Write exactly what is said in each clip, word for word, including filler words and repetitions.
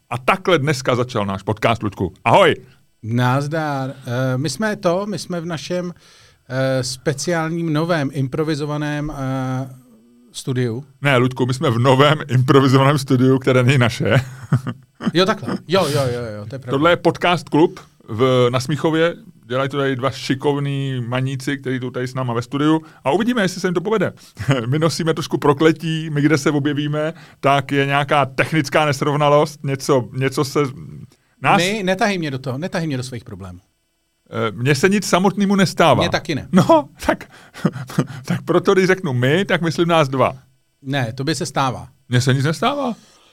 A takhle dneska začal náš podcast, Luďku. Ahoj! Nazdar. My jsme to, my jsme v našem speciálním novém improvizovaném studiu. Ne, Luďku, my jsme v novém improvizovaném studiu, které není naše. Jo, takhle. Jo, jo, jo, jo, to je pravda. Tohle je podcast klub v, na Smíchově. Dělají to tady dva šikovní maníci, kteří tu tady s náma ve studiu a uvidíme, jestli se jim to povede. My nosíme trošku prokletí, my kde se objevíme, tak je nějaká technická nesrovnalost, něco, něco se... Nás... My, netahy mě do toho, netahy mě do svých problémů. Mně se nic samotnému nestává. Mně taky ne. No, tak, tak proto, když řeknu my, tak myslím nás dva. Ne, to by se stává. Mně se nic nestává.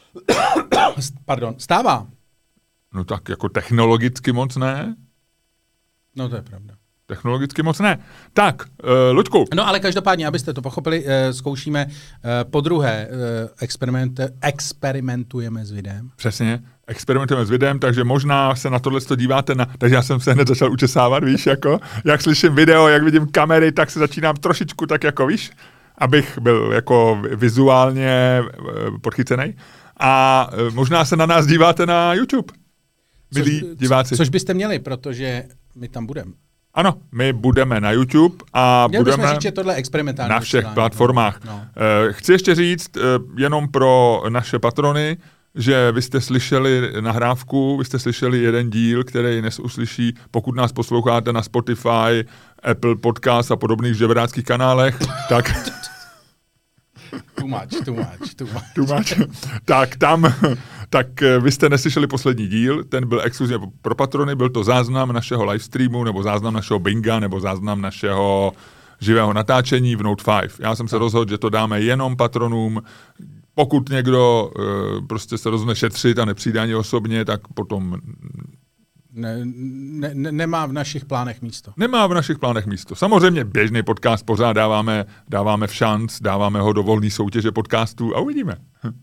Pardon, stává. No tak jako technologicky moc ne. No to je pravda. Technologicky moc ne. Tak, uh, Luďku. No ale každopádně, abyste to pochopili, uh, zkoušíme uh, po druhé, uh, experiment, experimentujeme s videem. Přesně, experimentujeme s videem, takže možná se na tohle díváte, na, takže já jsem se hned začal učesávat, víš, jako, jak slyším video, jak vidím kamery, tak se začínám trošičku tak jako, víš, abych byl jako vizuálně uh, podchycenej. A uh, možná se na nás díváte na YouTube, milí což, diváci. Což byste měli, protože my tam budeme. Ano, my budeme na YouTube a Měli budeme říct, že tohle je experimentální na všech vysílání. platformách. No, no. Chci ještě říct jenom pro naše patrony, že vy jste slyšeli nahrávku, vy jste slyšeli jeden díl, který dnes uslyší, pokud nás posloucháte na Spotify, Apple Podcast a podobných žebráckých kanálech, tak... Too much, too much, too much. Too much. Tak tam, tak vy jste neslyšeli poslední díl, ten byl exkluzivně pro patrony, byl to záznam našeho livestreamu, nebo záznam našeho binga, nebo záznam našeho živého natáčení v Note pět. Já jsem se rozhodl, že to dáme jenom patronům. Pokud někdo uh, prostě se rozhodne šetřit a nepřijde ani osobně, tak potom... Ne, ne, nemá v našich plánech místo. Nemá v našich plánech místo. Samozřejmě běžný podcast pořád dáváme, dáváme v šanc, dáváme ho do volné soutěže podcastů a uvidíme.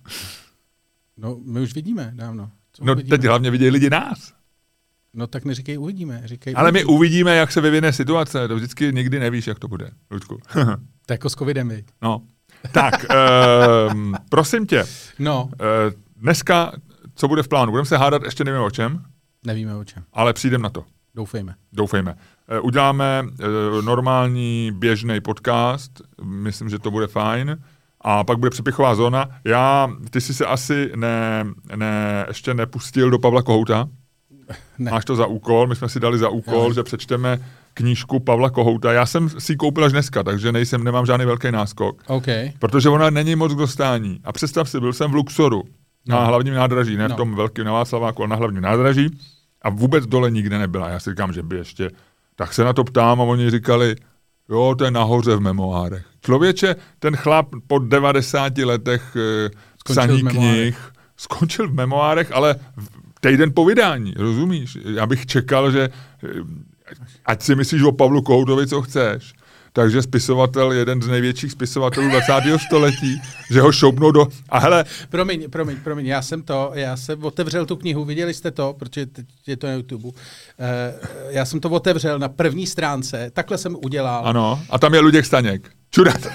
No, my už vidíme dávno. Co no uvidíme? Teď hlavně vidějí lidi nás. No tak neříkej uvidíme, říkej Ale uvidíme. my uvidíme, jak se vyvine situace. To vždycky nikdy nevíš, jak to bude, Luďku. To jako s covidem, viď? No. Tak, uh, prosím tě. No. Uh, dneska, co bude v plánu? Budeme se hádat, ještě nevíme o čem. Nevíme o čem. Ale přijdeme na to. Doufejme. Doufejme. Uh, uděláme uh, normální, běžný podcast. Myslím, že to bude fajn. A pak bude přepichová zóna. Já, ty jsi se asi ne, ne, ještě nepustil do Pavla Kohouta. Ne. Máš to za úkol, my jsme si dali za úkol, no. Že přečteme knížku Pavla Kohouta. Já jsem si ji koupil až dneska, takže nejsem, nemám žádný velký náskok. Okay. Protože ona není moc k dostání. A představ si, byl jsem v Luxoru, no. Na hlavním nádraží, ne no. V tom velkém na Václaváku, ale na hlavním nádraží. A vůbec dole nikde nebyla. Já si říkám, že by ještě... Tak se na to ptám a oni říkali, jo, to je nahoře v memoárech. Člověče, ten chlap po devadesáti letech e, psaní knih skončil v memoárech, ale týden po vydání, rozumíš? Já bych čekal, že ať si myslíš o Pavlu Kohoutovi, co chceš. Takže spisovatel, jeden z největších spisovatelů dvacátého století, že ho šoupnou do... A hele... Promiň, promiň, promiň, já jsem to, já jsem otevřel tu knihu, viděli jste to, protože teď je to na YouTube. Uh, já jsem to otevřel na první stránce, takhle jsem udělal. Ano, a tam je Luděk Staněk. Čurat.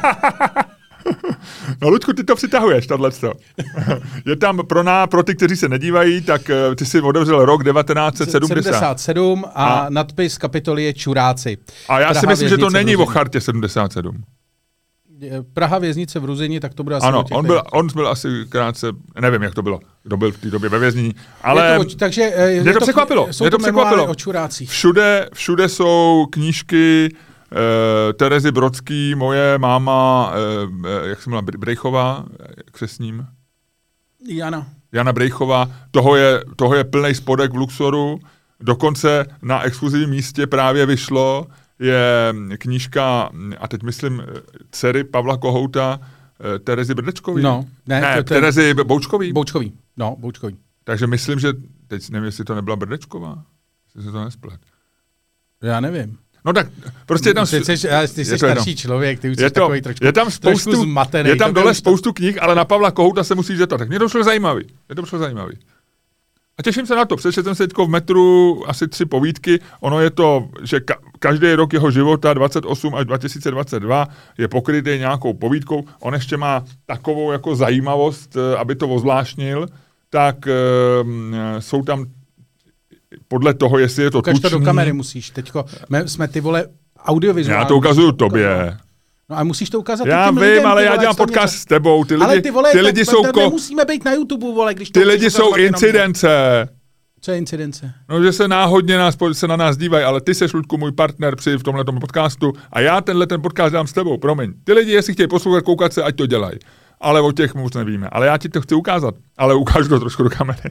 No, Luďku, ty to přitahuješ, tohleto. Je tam pro, ná, pro ty, kteří se nedívají, tak uh, ty si otevřel rok devatenáct set sedmdesát. sedmdesát sedm a, a nadpis kapitoly je Čuráci. A já Praha, si myslím, že to není o chartě sedmdesát sedm. Praha věznice v Ruzini, tak to bude asi ano, o těch on byl, on byl asi krátce, nevím, jak to bylo, kdo byl v té době ve věznění, ale to, takže, mě to, to překvapilo. Jsou mě to překvapilo. o Čurácích. Všude, všude jsou knížky eh, Terezy Brodský, moje máma, eh, jak se jmenila, Brejchová, křesním? Jana. Jana Brejchová, toho je, toho je plnej spodek v Luxoru, dokonce na exkluzivním místě právě vyšlo, je knížka, a teď myslím, dcery Pavla Kohouta, Terezy Brdečkový. No, ne, ne to, to Terezy Boučkový. Boučkový, no, Boučkový. Takže myslím, že, teď nevím, jestli to nebyla Brdečková, jestli se to nesplet. Já nevím. No tak, prostě je tam... Ty jsi, ty jsi starší člověk, ty už jsi takový trošku, je tam spoustu, trošku zmatený. Je tam dole to... spoustu knih, ale na Pavla Kohouta se musíš zeptat. Tak mě to šlo zajímavý. Mě to šlo zajímavý. A těším se na to. Přečetl jsem se teďko v metru asi tři povídky. Ono je to, že ka- každý rok jeho života, dvacet osm až dva tisíce dvacet dva, je pokrytý nějakou povídkou. On ještě má takovou jako zajímavost, aby to ozvláštnil, tak uh, jsou tam podle toho, jestli je to Ukaž tučný. to do kamery musíš. Teďko my jsme ty vole audiovizuální. Já to ukazuju tobě. No a musíš to ukázat já těm vím, lidem, ale ty já vole, dělám podcast něco... s tebou. Ty lidi, ale ty vole, ty lidi tak, jsou tak ko... nemusíme být na YouTube, vole, když to ty lidi jsou incidence. Co je incidence? No, že se náhodně nás, se na nás dívají, ale ty seš, Ludku, můj partner při v tomhletom podcastu a já tenhle ten podcast dělám s tebou, promiň. Ty lidi, jestli chtějí poslouchat, koukat se, ať to dělají. Ale o těch moc nevíme. Ale já ti to chci ukázat. Ale ukážu to trošku do kamery.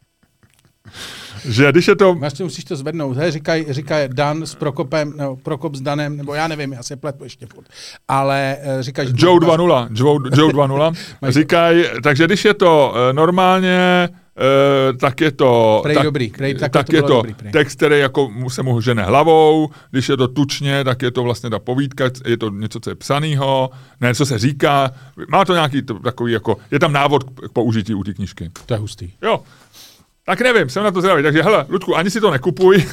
Že když je to... Máš to, musíš to zvednout. He, říkaj, říkaj Dan s Prokopem, nebo Prokop s Danem, nebo já nevím, já se pletu ještě furt. Ale uh, říkáš... Joe dva nula. Joe, Joe dva nula. Říkaj, takže když je to uh, normálně, uh, tak je to... Prej tak, dobrý. Prej, tak to je to dobrý, text, který jako se mu žene hlavou. Když je to tučně, tak je to vlastně ta povídka, je to něco, co je psanýho, ne, co se říká. Má to nějaký to, takový jako... Je tam návod k použití u té knížky. To je hustý. Jo. Tak nevím, jsem na to zvědavý. Takže hele, Ludku, ani si to nekupuj,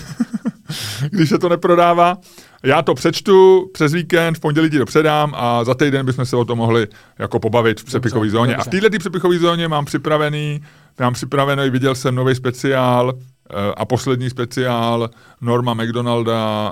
když se to neprodává. Já to přečtu přes víkend, v pondělí ti to předám a za týden bychom se o tom mohli jako pobavit v přepichové zóně. Dobře. A v této přepichové zóně mám připravený, mám připravený, viděl jsem nový speciál a poslední speciál Norma McDonalda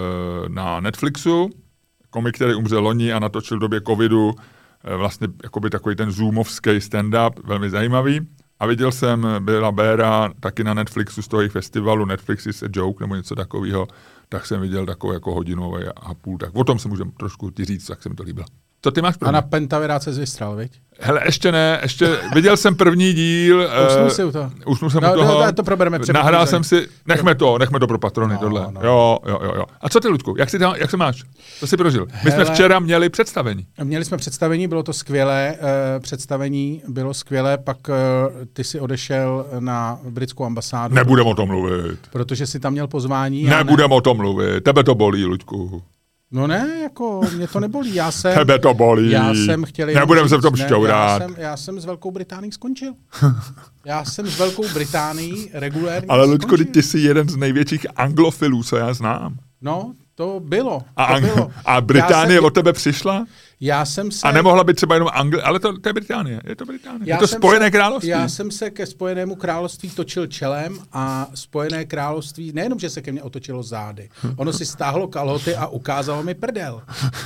na Netflixu. Komik, který umřel loni a natočil v době covidu vlastně jakoby takový ten zoomovský stand-up, velmi zajímavý. A viděl jsem Billa Beara taky na Netflixu z toho jejich festivalu Netflix is a joke nebo něco takového, tak jsem viděl takovou jako hodinu a půl. Tak o tom se můžeme trošku ti říct, jak se mi to líbilo. Co ty máš? A na Pentaviráce se zvystral, viď? Hele, ještě ne, ještě viděl jsem první díl. Usnul si u toho. Usnul jsem no, u toho. No, to probereme. Nahrál jsem si, nechme to, nechme to pro patrony, no, tohle. No. Jo, jo, jo, jo. A co ty, Ludku, jak, jsi, jak se máš? Co jsi prožil? My Hele, jsme včera měli představení. Měli jsme představení, bylo to skvělé, uh, představení bylo skvělé, pak uh, ty si odešel na britskou ambasádu. Nebudem o tom mluvit. Protože si tam měl pozvání. Nebudem ne. o tom mluvit, tebe to bolí, Luďku. No ne, jako mě to nebolí, já jsem... Tebe to bolí. Já jsem chtěl... Nebudem se v tom šťourat. Já jsem, já jsem s Velkou Británií skončil. Já jsem s Velkou Británií regulérně Ale Luďko, skončil. ty jsi jeden z největších anglofilů, co já znám. No, to bylo. A, to ang- bylo. a Británie jsem, od tebe přišla? Já jsem se... A nemohla být třeba jenom Anglie, ale to, to je Británie, je to Británie. Já je to Spojené se, království. Já jsem se ke Spojenému království točil čelem a Spojené království, nejenom, že se ke mně otočilo zády, ono si stáhlo kalhoty a ukázalo mi prdel.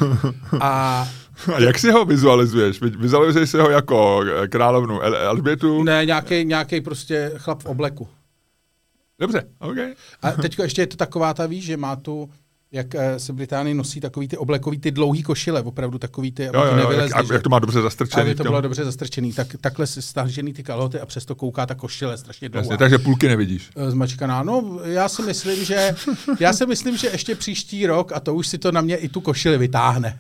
A... A jak si ho vizualizuješ? Vizualizuješ si ho jako královnu Alžbětu? Ne, nějaký prostě chlap v obleku. Dobře, OK. A teď ještě je to taková ta, víš, že má tu, jak se v Británii nosí takový ty oblekový, ty dlouhý košile, opravdu takový ty, aby jo, jo, to nevylezli. Jak, jak to má dobře zastrčený. Aby to bylo dobře zastrčený. Tak, takhle si stažený ty kalhoty a přesto kouká ta košile strašně dlouhá. Jasně, takže půlky nevidíš. Zmačkaná. No, já si myslím, že já si myslím, že ještě příští rok, a to už si to na mě i tu košili vytáhne.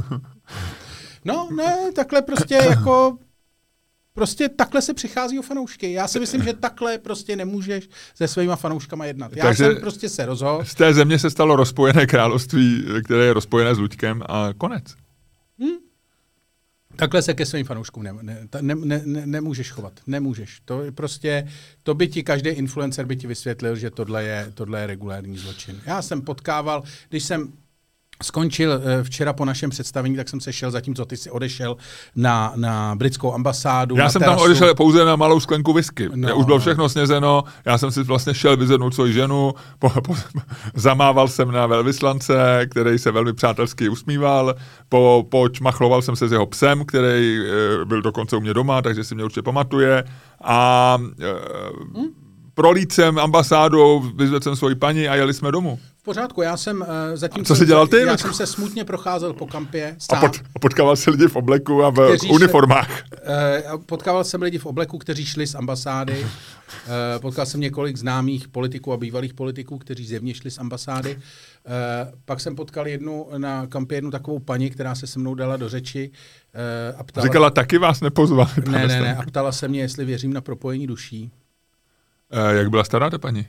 No, ne, takhle prostě jako... Prostě takhle se přichází o fanoušky. Já si myslím, že takhle prostě nemůžeš se svýma fanouškama jednat. Já Takže jsem prostě se rozhodl. Z té země se stalo rozpojené království, které je rozpojené s Luďkem a konec. Hmm. Takhle se ke svým fanouškům ne, ne, ne, ne, ne, nemůžeš chovat. Nemůžeš. To je prostě, to by ti každý influencer by ti vysvětlil, že tohle je, tohle je regulární zločin. Já jsem potkával, když jsem skončil včera po našem představení, tak jsem se šel, zatímco ty si odešel na, na britskou ambasádu. Já jsem terasu. tam odešel pouze na malou sklenku whisky. No, Už bylo no. všechno snězeno, já jsem si vlastně šel vyzvednout svoji ženu, po, po, zamával jsem na velvyslance, který se velmi přátelsky usmíval, po, počmachloval jsem se s jeho psem, který e, byl dokonce u mě doma, takže si mě určitě pamatuje. A e, hmm? prolít jsem ambasádou, vyzvedl jsem svoji paní a jeli jsme domů. V pořádku, já jsem uh, zatím... Co jsi dělal ty? Já jsem se smutně procházel po kampě. A, pot, a potkával se lidi v obleku a v uniformách. Šli, uh, potkával jsem lidi v obleku, kteří šli z ambasády. Uh, potkal jsem několik známých politiků a bývalých politiků, kteří zjevně šli z ambasády. Uh, pak jsem potkal jednu na kampě jednu takovou paní, která se se mnou dala do řeči. Uh, a ptala, Říkala, taky vás nepozvali. Ne, ne, ne. A ptala se mě, jestli věřím na propojení duší. Uh, jak byla stará ta paní?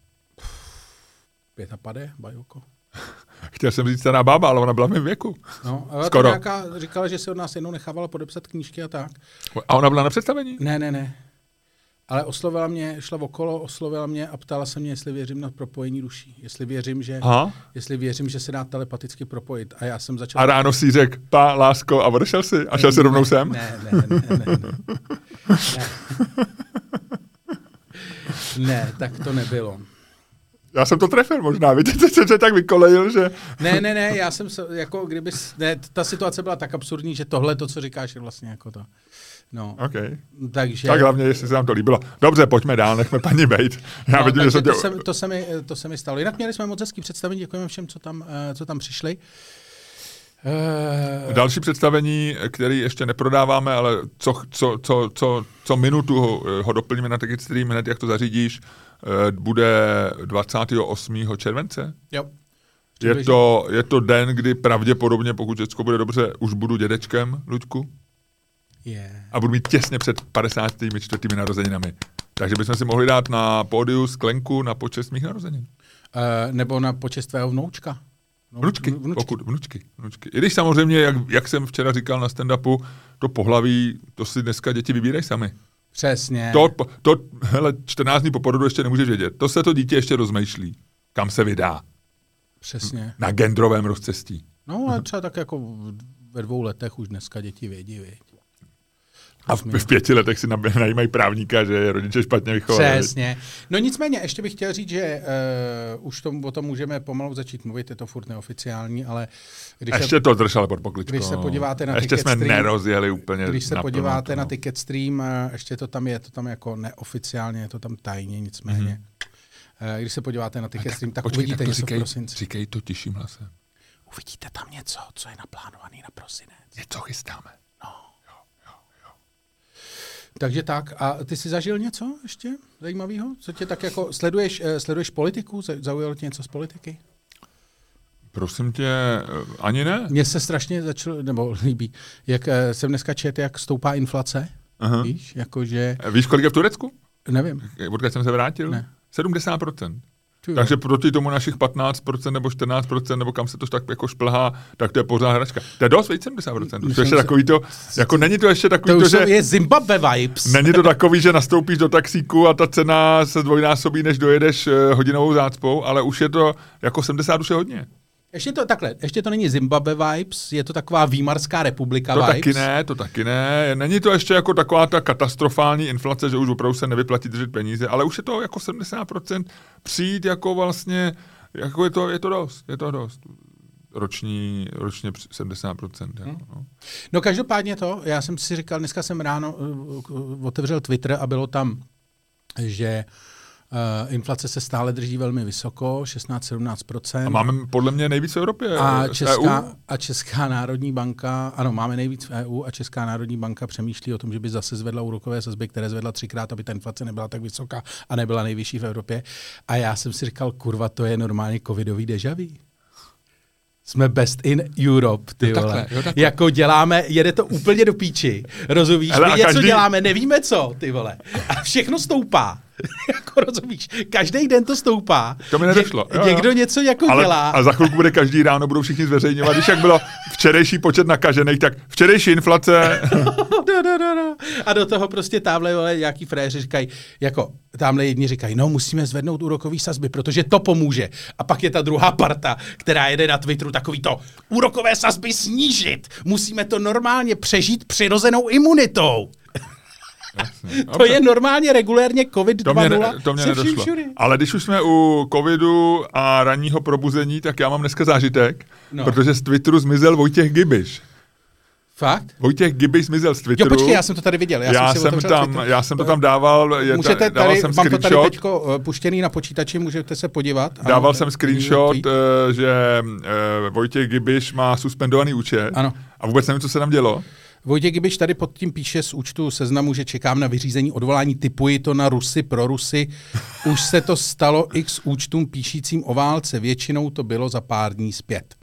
Pět a pade, bajoko. Chtěl jsem říct stará bába, ale ona byla v mém věku. No, ale skoro. To nějaká říkala, že se od nás jednou nechávala podepsat knížky a tak. A ona byla na představení? Ne, ne, ne. Ale oslovila mě, šla okolo, oslovila mě a ptala se mě, jestli věřím na propojení duší. Jestli věřím, že, jestli věřím, že se dá telepaticky propojit. A já jsem začal... A ráno si řekl, pa, lásko, a odešel si? A šel si rovnou sem? Ne, ne, ne, ne. ne. ne. Ne, tak to nebylo. Já jsem to trefil možná, víte, že jsem se tak vykolejil, že... Ne, ne, ne, já jsem se, jako kdyby, ne, ta situace byla tak absurdní, že tohle, to, co říkáš, je vlastně jako to. No. Okay. Takže... Tak hlavně, jestli se nám to líbilo. Dobře, pojďme dál, nechme paní bejt. Já no, vidím, že se to, tě... se, to, se mi, to se mi stalo. Jinak měli jsme moc hezký představení, děkujeme všem, co tam, co tam přišli. Uh... Další představení, který ještě neprodáváme, ale co, co, co, co, co minutu ho, ho doplníme na Ticketstream, hned jak to zařídíš, bude dvacátého osmého července. Jo. Je to, je to den, kdy pravděpodobně, pokud všechno bude dobře, už budu dědečkem, Luďku. Yeah. A budu mít těsně před padesátými čtvrtými narozeninami. Takže bychom si mohli dát na pódiu sklenku na počest mých narozenin. Uh, nebo na počest tvého vnoučka. No, vnučky, vnučky. Pokud, vnučky, vnučky. I když samozřejmě, jak, jak jsem včera říkal na stand-upu, to pohlaví, to si dneska děti vybírají sami. Přesně. To, to hele, čtrnáct dní po porodu ještě nemůžeš vědět. To se to dítě ještě rozmýšlí. Kam se vydá. Přesně. Na genderovém rozcestí. No, ale třeba tak jako ve dvou letech už dneska děti vědí, vědí. A v, v pěti letech si najímají právníka, že je rodiče špatně vychovali. Přesně. No nicméně, ještě bych chtěl říct, že uh, už tom, o tom můžeme pomalu začít mluvit, je to furt neoficiální, ale... Když ještě se, to drž ale pod pokličkou. Když se podíváte na ještě jsme Ticketstream, nerozjeli úplně. Když se naplno, podíváte no. na Ticketstream, ještě to tam je, to tam jako neoficiálně, je to tam tajně, nicméně. Mm-hmm. Když se podíváte na Ticketstream, tak, tak počkej, uvidíte tak to něco říkej, v prosinci. Říkej to tiším hlasem. Uvidíte tam něco, co je naplánovaný na prosinec. Něco chystáme. No. Takže tak, a ty jsi zažil něco ještě zajímavého? Co tě tak jako, sleduješ, sleduješ politiku? Zaujalo tě něco z politiky? Prosím tě, ani ne. Mně se strašně začalo, nebo líbí, jak jsem dneska četl, jak stoupá inflace, Aha. víš, jakože... Víš, kolik je v Turecku? Nevím. Odkud jsem se vrátil? Ne. sedmdesát procent. Takže proti tomu našich patnáct procent nebo čtrnáct procent, nebo kam se to tak jako šplhá, tak to je pořád hračka. To je dost, víc sedmdesát procent. Už to ještě takový to, jako není to ještě takový to, to že... je Zimbabwe vibes. Není to takový, že nastoupíš do taxíku a ta cena se dvojnásobí, než dojedeš hodinovou zácpou, ale už je to, jako sedmdesát už je hodně. Ještě to takhle, ještě to není Zimbabwe vibes, je to taková Výmarská republika to vibes. To taky ne, to taky ne. Není to ještě jako taková ta katastrofální inflace, že už opravdu se nevyplatí držet peníze, ale už je to jako sedmdesát procent přijít jako vlastně, jako je to, je to dost, je to dost. Roční, ročně sedmdesát procent. Jako, no. no každopádně to, já jsem si říkal, dneska jsem ráno uh, otevřel Twitter a bylo tam, že Uh, inflace se stále drží velmi vysoko, šestnáct sedmnáct procent. A máme podle mě nejvíc v Evropě. A Česká, a Česká národní banka, ano, máme nejvíc v E U a Česká národní banka přemýšlí o tom, že by zase zvedla úrokové sazby, které zvedla třikrát, aby ta inflace nebyla tak vysoká a nebyla nejvyšší v Evropě. A já jsem si říkal, kurva, to je normálně covidový deja vu. Jsme best in Europe, ty jo, vole. takhle, jo, takhle. Jako děláme, jede to úplně do píči. Rozumíš? Hele, My něco každý... děláme, nevíme co, ty vole. A všechno stoupá. Jako rozumíš? Každý den to stoupá. To mi nedošlo. Ně, někdo jo. něco jako Ale, dělá. A za chvilku bude každý ráno, budou všichni zveřejňovat. Když jak bylo včerejší počet nakažených, tak včerejší inflace. no, no, no, no. A do toho prostě tamhle vole, nějaký fréři říkají, jako tamhle jedni říkají, no musíme zvednout úrokový sazby, protože to pomůže. A pak je ta druhá parta, která jede na Twitteru takový to, úrokové sazby snížit. Musíme to normálně přežít přirozenou imunitou. Jasně. To je normálně regulérně covid to dva mě, nula. ne, to mě nedošlo. Ale když už jsme u covidu a ranního probuzení, tak já mám dneska zážitek, no. Protože z Twitteru zmizel Vojtěch Gibiš. Fakt? Vojtěch Gibiš zmizel z Twitteru. Jo, počkej, já jsem to tady viděl. Já, já, jsem, jsem, tam, já jsem to tam dával. Je můžete ta, dával tady, jsem mám to tady teďko puštěný na počítači, můžete se podívat. Dával ano, jsem screenshot, uh, že uh, Vojtěch Gibiš má suspendovaný účet. Ano. A vůbec nevím, co se tam dělo. Vojtěch Gibiš tady pod tím píše z účtu Seznamu, že čekám na vyřízení odvolání, typuji to na Rusy pro Rusy. Už se to stalo x účtům píšícím o válce, většinou to bylo za pár dní zpět.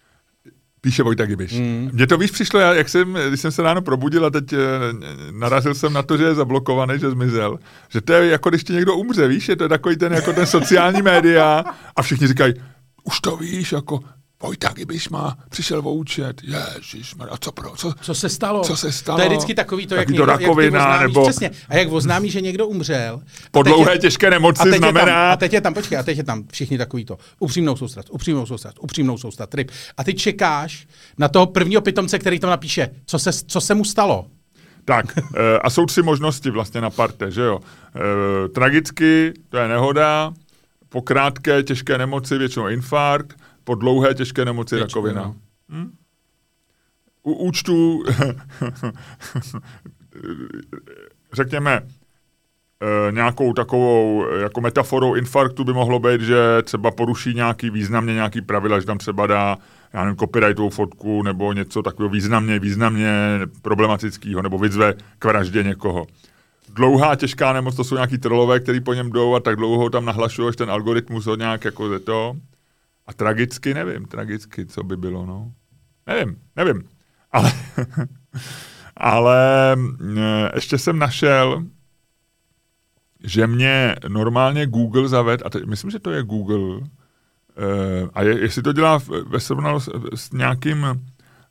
Píše Vojta Gibiš. Mm. Mně to víš přišlo, já, jak jsem, když jsem se ráno probudil a teď e, narazil jsem na to, že je zablokovaný, že zmizel, že to je jako když ti někdo umře, víš, je to takový ten, jako ten sociální média a všichni říkají, už to víš, jako Vojta Gibiš má, přišel o účet, ježišmarja, a co pro, co, co se stalo? Co se stalo? To je vždycky takový to, jak, Taky někdo, to rakovina, jak ty oznámíš, nebo... přesně, a jak oznámí, že někdo umřel. Po dlouhé je, těžké nemoci a znamená... Tam, a teď je tam, počkej, a teď je tam všichni takový to, upřímnou soustrast, upřímnou soustrast, upřímnou soustrast, ryb. A ty čekáš na toho prvního pitomce, který tam napíše, co se, co se mu stalo. Tak, a jsou tři možnosti vlastně na parte, že jo. E, tragicky, to je nehoda, po krátké těžké nemoci většinou infarkt, po dlouhé těžké nemoci Většinou. rakovina. Hm? U účtu, řekněme, e, nějakou takovou jako metaforou infarktu by mohlo být, že třeba poruší nějaký významně nějaký pravidla, že tam třeba dá já nevím, copyrightovou fotku nebo něco takového významně, významně problematického, nebo vyzve k vraždě někoho. Dlouhá, těžká nemoc, to jsou nějaký trolové, který po něm jdou a tak dlouho tam nahlašuješ ten algoritmus od nějak jako ze to. A tragicky, nevím, tragicky, co by bylo, no. Nevím, nevím. Ale, ale ještě jsem našel, že mě normálně Google zaved, a teď, myslím, že to je Google, a je, jestli to dělá ve srovnalosti s nějakým e,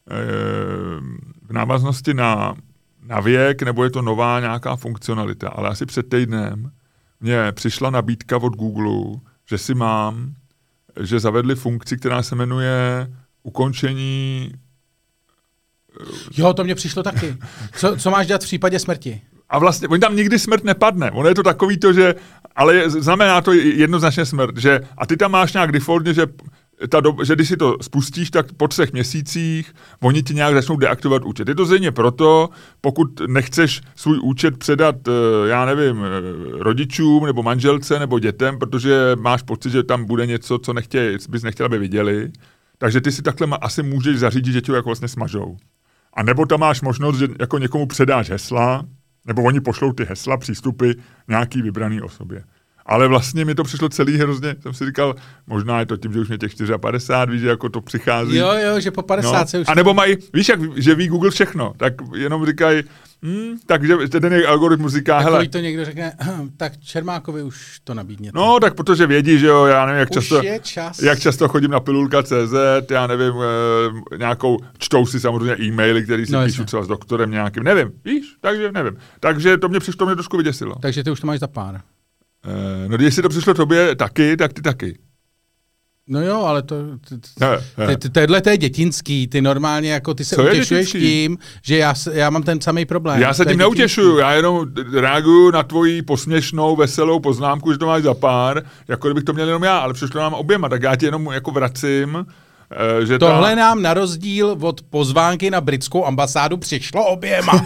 v návaznosti na, na věk, nebo je to nová nějaká funkcionalita, ale asi před týdnem mně přišla nabídka od Google, že si mám, že zavedli funkci, která se jmenuje ukončení... Jo, to mně přišlo taky. Co, co máš dělat v případě smrti? A vlastně, on tam nikdy smrt nepadne. Ono je to takový to, že, ale je, znamená to jednoznačně smrt, že, a ty tam máš nějak defaultně, že, ta do, že když si to spustíš, tak po třech měsících oni ti nějak začnou deaktivovat účet. Je to zřejmě proto, pokud nechceš svůj účet předat, já nevím, rodičům, nebo manželce, nebo dětem, protože máš pocit, že tam bude něco, co nechtě, bys nechtěl, aby viděli, takže ty si takhle ma, asi můžeš zařídit, že tě jako vlastně smažou. A nebo tam máš možnost, že jako někomu předáš hesla, nebo oni pošlou ty hesla, přístupy nějaký vybraný osobě. Ale vlastně mi to přišlo celý hrozně, jsem si říkal, možná je to tím, že už mě těch padesát čtyři, víš, že jako to přichází. Jo, jo, že po padesát no. se už... A nebo mají, víš, jak, že ví Google všechno, tak jenom říkají, hm, takže ten algoritmus říká, tak hele... to někdo řekne, tak Čermákovi už to nabídněte. No, tak protože vědí, že jo, já nevím, jak už často, je čas. jak často chodím na pilulka tečka cé zet, já nevím, e, nějakou, čtou si samozřejmě e-maily, který si no, píšu třeba s doktorem nějakým, nevím, víš, takže nevím. Takže to mě přišlo, to mě trošku vyděsilo. Takže ty už to máš za pár. No, když si to přišlo tobě taky, tak ty taky. No jo, ale to... Tohle to je dětinský, ty normálně jako ty se Co utěšuješ tím, že já, já mám ten samý problém. Já se tím neutěšuju, já jenom reaguju na tvoji posměšnou, veselou poznámku, že to máš za pár, jako kdybych to měl jenom já, ale přišlo nám oběma, tak já ti jenom jako vracím, že Tohle ta... nám na rozdíl od pozvánky na britskou ambasádu přišlo oběma.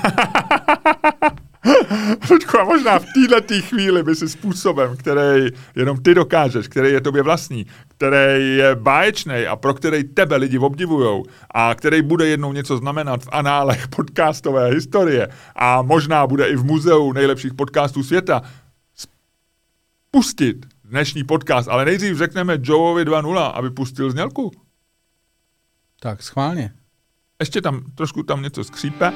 Ludku, a možná v této chvíli by si způsobem, který jenom ty dokážeš, který je tobě vlastní, který je báječný a pro který tebe lidi obdivujou a který bude jednou něco znamenat v análech podcastové historie a možná bude i v muzeu nejlepších podcastů světa, pustit dnešní podcast, ale nejdřív řekneme Joeovi dva nula, aby pustil znělku. Tak, schválně. Ještě tam, trošku tam něco skřípe.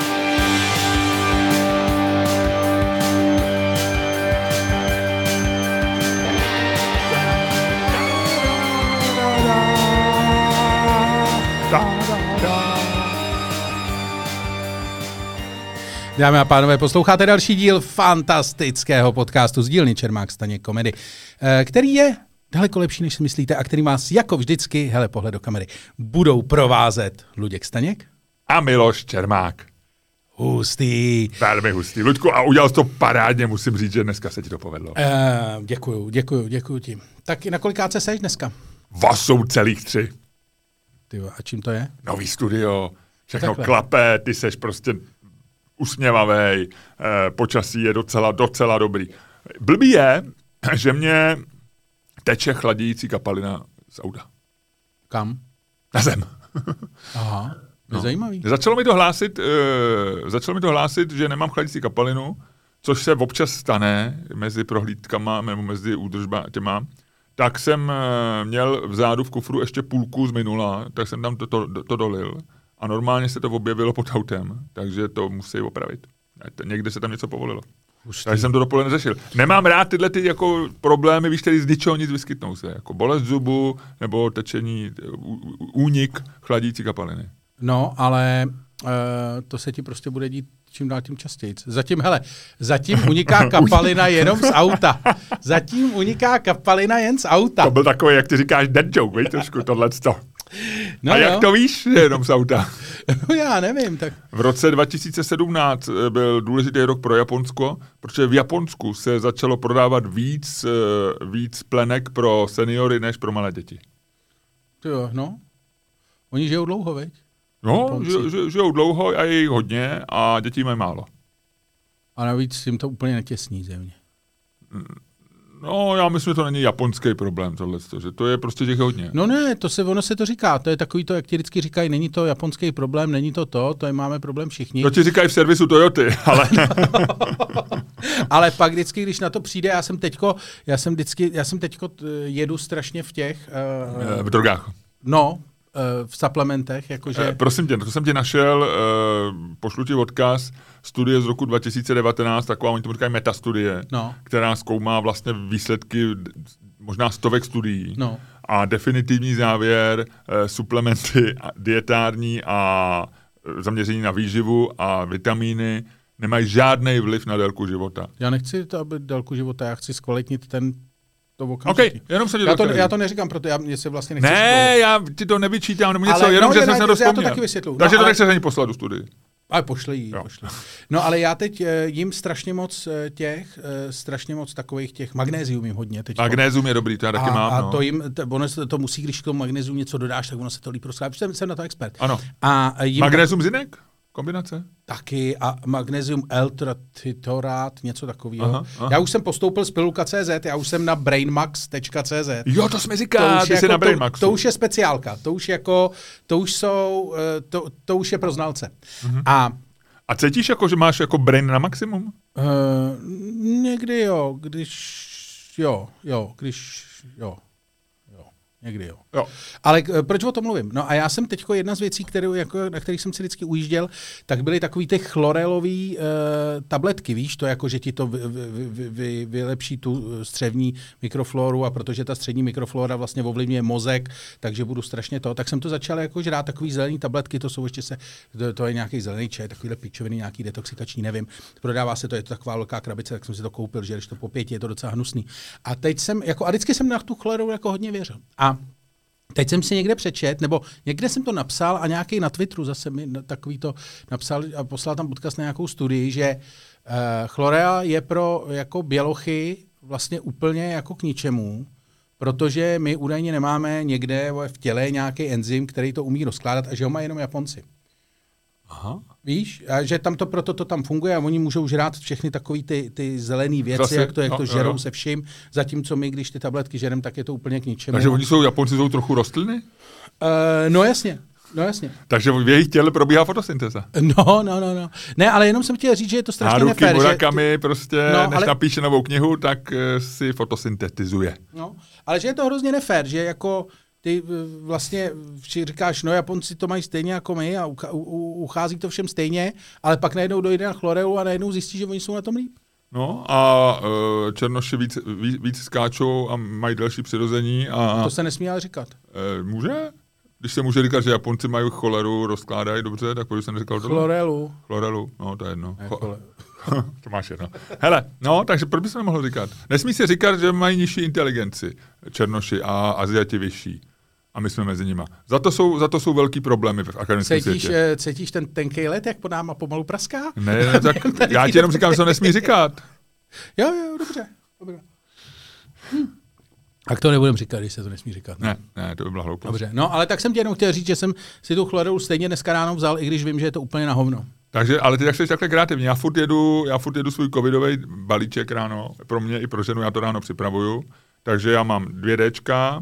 Dámy a pánové, posloucháte další díl fantastického podcastu z dílny Čermák Staněk Komedy, který je daleko lepší, než si myslíte a který vás jako vždycky, hele, pohled do kamery, budou provázet Luděk Staněk a Miloš Čermák. Hustý. Velmi hustý. Luďku, a udělal jsi to parádně, musím říct, že dneska se ti to povedlo. Uh, děkuju, děkuju, děkuju ti. Tak i na kolikáce seš dneska? Vasou celých tři. Tyjo, a čím to je? Nový studio, všechno Takhle. klape, ty seš prostě usměvavej, eh, počasí je docela, docela dobrý. Blbý je, že mě teče chladějící kapalina z auta. Kam? Na zem. Aha, to je zajímavý. Začalo mi to hlásit, eh, začalo mi to hlásit, že nemám chladějící kapalinu, což se občas stane mezi prohlídkama nebo mezi údržba těma. Tak jsem eh, měl vzadu v kufru ještě půlku z minula, tak jsem tam to, to, to dolil. A normálně se to objevilo pod autem, takže to musí opravit. Někde se tam něco povolilo. Už takže jsem to dopoledne řešil. Nemám rád tyhle ty jako problémy, víš, který z ničeho nic vyskytnou se. Jako bolest zubu, nebo tečení, únik chladící kapaliny. No, ale uh, to se ti prostě bude dít čím dál tím častěji. Zatím, hele, zatím uniká kapalina jenom z auta. Zatím uniká kapalina jen z auta. To byl takový, jak ty říkáš, dead joke, víš, trošku tohleto. No, a jak jo. to víš, že jenom z auta? No já nevím, tak... V roce dva tisíce sedmnáct byl důležitý rok pro Japonsko, protože v Japonsku se začalo prodávat víc, víc plenek pro seniory než pro malé děti. Jo, no. Oni žijou dlouho, veď? No, ži, ži, žijou dlouho a je jich hodně a dětí mají málo. A navíc jim to úplně netěsní zjevně. No, já myslím, že to není japonský problém, tohle, že to je prostě těch hodně. No ne, to se, ono se to říká, to je takový to, jak ti vždycky říkají, není to japonský problém, není to to, to je máme problém všichni. To ti říkají v servisu Toyoty, ale... Ale pak vždycky, když na to přijde, já jsem teďko, já jsem vždycky, já jsem teďko jedu strašně v těch... Uh, v drogách. No, v suplementech, jakože... Eh, prosím tě, to jsem ti našel, eh, pošlu ti odkaz, studie z roku dva tisíce devatenáct, taková, oni tomu říkají metastudie, no. která zkoumá vlastně výsledky možná stovek studií. No. A definitivní závěr, eh, suplementy dietární a zaměření na výživu a vitamíny nemají žádný vliv na délku života. Já nechci to, aby délku života, já chci zkvalitnit ten to okamžitě. Okay, jenom se já, to, já to neříkám, protože já mě se vlastně nechci... Ne, toho. Já ti to nevyčítám, nebo něco, ale jenom, no, že jsem se to já to taky vysvětlu. Takže no, to ale... nechceš ani poslat do studii. Ale pošli jí, pošli. No ale já teď uh, jím strašně moc těch, uh, strašně moc takových těch, magnézium jim hodně teď. Magnézium je dobrý, to já taky a, mám. A no. to jim, to, ono se to musí, když k tomu magnéziu něco dodáš, tak ono se to líp rozkládá, protože jsem na to expert. Ano. A jim magnézium zinek? Kombinace? Taky a magnézium L-tratitorát, něco takového. Já už jsem postoupil z pilulka tečka cé zet, já už jsem na brainmax tečka cé zet. Jo, to jsme říká, ty jsi jako na Brainmaxu. To, to už je speciálka, to už jako, to už jsou, to, to už je pro znalce. Mm-hmm. A A cítíš jako, že máš jako brain na maximum? Uh, někdy jo, když jo, jo, když jo, jo, někdy jo. jo. Ale uh, proč o tom mluvím? No a já jsem teďko jedna z věcí, kterou, jako, na kterých jsem si vždycky ujížděl, tak byly takový ty chlorelový uh, tabletky, víš, to jako, že ti to vy, vy, vy, vy, vylepší tu střevní mikrofloru a protože ta střední mikroflora vlastně ovlivňuje mozek, takže budu strašně to, tak jsem to začal jako žrát takový zelený tabletky, to jsou ještě se, to, to je nějaký zelený čaj, takovýhle píčoviny, nějaký detoxikační, nevím. Prodává se to, je to taková velká krabice, tak jsem si to koupil, že když to po pěti je to docela hnusný. A teď jsem, jako, a vždycky jsem na tu chloreru jako hodně věřil. A teď jsem si někde přečet, nebo někde jsem to napsal a nějaký na Twitteru zase mi takový to napsal a poslal tam odkaz na nějakou studii, že uh, chlorea je pro jako bělochy vlastně úplně jako k ničemu, protože my údajně nemáme někde v těle nějaký enzym, který to umí rozkládat a že ho mají jenom Japonci. Aha. Víš, a že tam to proto to tam funguje a oni můžou žrát všechny takové ty, ty zelené věci, Zase, jak to, jak no, to žerou jo. se vším, zatímco my, když ty tabletky žerem, tak je to úplně k ničemu. Takže oni jsou, Japonci jsou trochu rostliny? Uh, no jasně. No jasně. Takže v jejich těle probíhá fotosyntéza. No, no, no, no. Ne, ale jenom jsem chtěl říct, že je to strašně Haruki nefér. Murakami že... prostě, no, než ale... napíše novou knihu, tak uh, si fotosyntetizuje. No, ale že je to hrozně nefér, že jako ty vlastně říkáš, no Japonci to mají stejně jako my a ucha, u, uchází to všem stejně, ale pak najednou dojde na chlorelu a najednou zjistí, že oni jsou na tom líp. No a uh, černoši víc, víc, víc skáčou a mají delší přirození. A, to se nesmí ale říkat. Uh, může? Když se může říkat, že Japonci mají choleru, rozkládají dobře, tak proč jsem neříkal tohle? Chlorelu. Chlorelu, no to je jedno. Ne, Cho- to máš jedno. Hele, no, takže proč by se nemohlo říkat? Nesmí se říkat, že mají nižší inteligenci černoši a Aziati vyšší. A my jsme mezi nima. Za to jsou, za to jsou velký problémy v akademickém cítíš, světě. Cítíš ten tenkej let, jak po náma pomalu praská? Ne, ne tak já ti jenom říkám, že to nesmí říkat. Jo, jo, dobře. dobře. Hm. Tak to nebudem říkat, když se to nesmí říkat. Ne, ne, ne to by byla hloupost. Dobře, no ale tak jsem ti jenom chtěl říct, že jsem si tu chlorelu stejně dneska ráno vzal, i když vím, že je to úplně na hovno. Takže, ale ty tak jsi takhle kreativní. Já furt jedu, já furt jedu svůj covidový balíček ráno. Pro mě i pro ženu, já to ráno připravuju. Takže já mám dvě Dčka,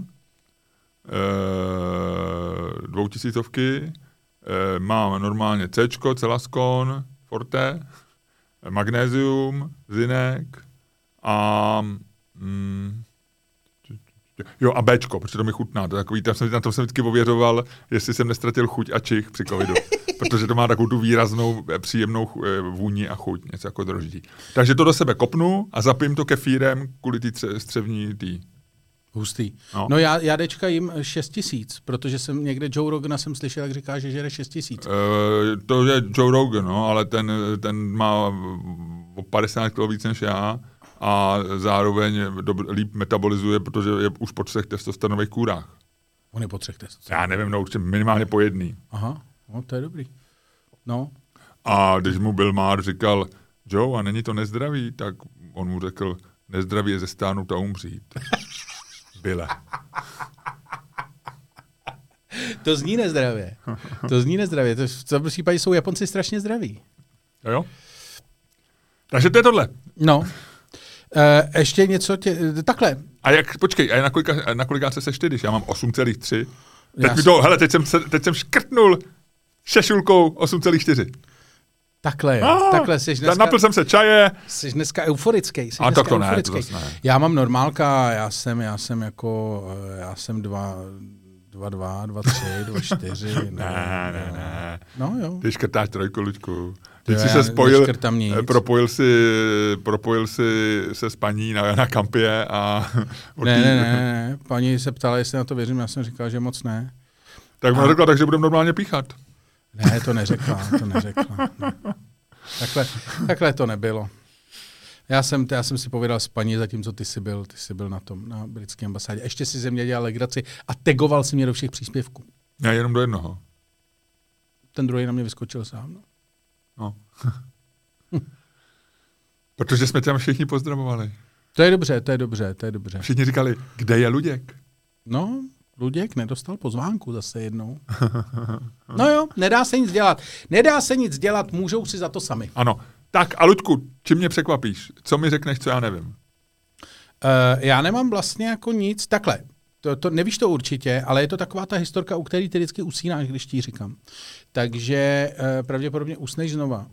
e, dvoutisícovky, e, mám normálně Cčko, Celaskon, Forte, magnézium, zinek a mm, jo a Bčko, protože to mi chutná. To takový, tam jsem, na tom jsem vždycky ověřoval, jestli jsem nestratil chuť a čich při covidu. Protože to má takovou tu výraznou, příjemnou vůni a chuť, něco jako droždí. Takže to do sebe kopnu a zapím to kefírem kvůli té střevní tý. Hustý. No, no já, já Dčka jim šest tisíc, protože jsem někde Joe Rogana jsem slyšel, jak říká, že žere šest tisíc. E, to je Joe Rogan, no, ale ten, ten má o padesát kilo víc než já a zároveň dob, líp metabolizuje, protože je už po třech testosteronových kůrách. On je po třech testosteronových. Já nevím, no určitě minimálně po jedný. Aha. No, to je dobrý. No. A když mu Bill Maher říkal, Joe, a není to nezdravý, tak on mu řekl, nezdravý je zestárnout a umřít. Byle. To zní nezdravě. To zní nezdravě. To v tom případě jsou Japonci strašně zdraví. Jo, jo. Takže to je tohle. No. E, ještě něco tě... Takhle. A jak, počkej, a na kolika, na kolika se seš ty, když já mám osm celá tři? Teď Já mi to, hele, teď jsem, teď jsem škrtnul šešulkou osm celá čtyři. Takhle, jo. Ah, Takhle jsi dneska... Napil jsem se čaje. Jsi dneska euforický. Jsi A dneska tak to ne, euforický. to zase ne. Já mám normálka, já jsem, já jsem jako, já jsem dva, dva, dva, dva, tři, dva, čtyři. Ne, ne, ne. No jo. Ty škrtáš trojku, Luďku. Teď Jo, jsi já se spojil, propojil si, propojil si se s paní na, na kampě a... Ne, ne, ne, ne, paní se ptala, jestli na to věřím, já jsem říkal, že moc ne. Tak mu řekla, takže budeme normálně píchat. Ne, to neřekla, to neřekla. Ne. Takhle, takhle to nebylo. Já jsem, já jsem si povědal s paní, zatímco ty jsi byl, ty jsi byl na tom, na britské ambasádě. Ještě si ze mě dělal legraci a tagoval si mě do všech příspěvků. Ne, jenom do jednoho. Ten druhý na mě vyskočil sám. No. No. Protože jsme tam všichni pozdravovali. To je dobře, to je dobře, to je dobře. Všichni říkali, kde je Luděk? No, Luděk nedostal pozvánku zase jednou. No jo, nedá se nic dělat. Nedá se nic dělat, můžou si za to sami. Ano. Tak a Luďku, čím mě překvapíš? Co mi řekneš, co já nevím? Uh, já nemám vlastně jako nic. Takhle, to, to, nevíš to určitě, ale je to taková ta historka, u které ty vždycky usínáš, když ti říkám. Takže uh, pravděpodobně usneš znova.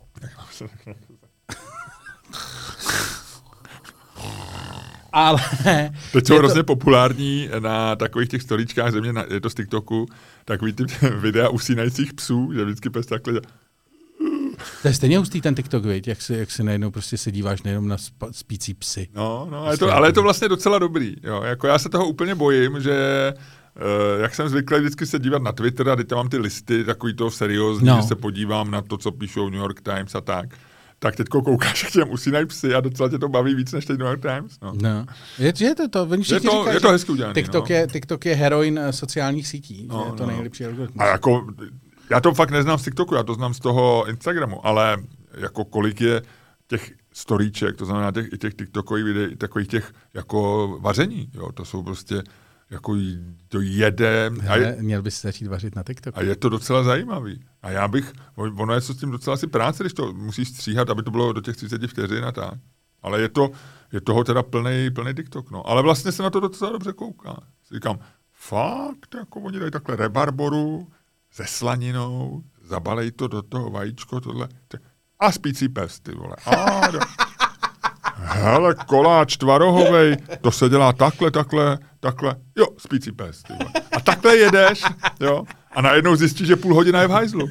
Ale... Teď jsou hrozně to... populární na takových těch storíčkách země, je to z TikToku, takový ty videa usínajících psů, že vždycky pes takhle... To je stejně hustý ten TikTok, viď? Jak se, jak se najednou prostě se díváš nejenom na sp- spící psy. No, no je to, ale je to vlastně docela dobrý. Jo. Jako já se toho úplně bojím, že uh, jak jsem zvyklý vždycky se dívat na Twitter a teď tam mám ty listy, takový to seriózní, no. Že se podívám na to, co píšou New York Times a tak. Tak teďko koukáš, jak těm usínají psy a docela tě to baví víc než teď New York Times. No. No. Je, je to to, je to, říkají, je to hezky udělaný. TikTok, no. je, TikTok je heroin sociálních sítí. No, je to no. nejlepší algoritmus. A jako, já to fakt neznám z TikToku, já to znám z toho Instagramu, ale jako kolik je těch storíček, to znamená těch, i těch TikTokových videí, takových těch jako vaření, jo, to jsou prostě jako to jede. Hele, a je, měl bys začít vařit na TikToku. A je to docela zajímavý. A já bych, ono je s tím docela asi práce, když to musíš stříhat, aby to bylo do těch třicet vteřin a tak. Ale je to, je toho teda plný, plný TikTok, no. Ale vlastně se na to docela dobře kouká. Říkám, fakt, jako oni dají takhle rebarboru se slaninou, zabalej to do toho vajíčko, tohle. A spící pes, ty vole. A, do... Hele, koláč tvarohovej, to se dělá takhle, takhle, takhle. Jo, spící pes, ty vole. A takhle jedeš, jo. A najednou zjistíš, že půl hodina je v hajzlu.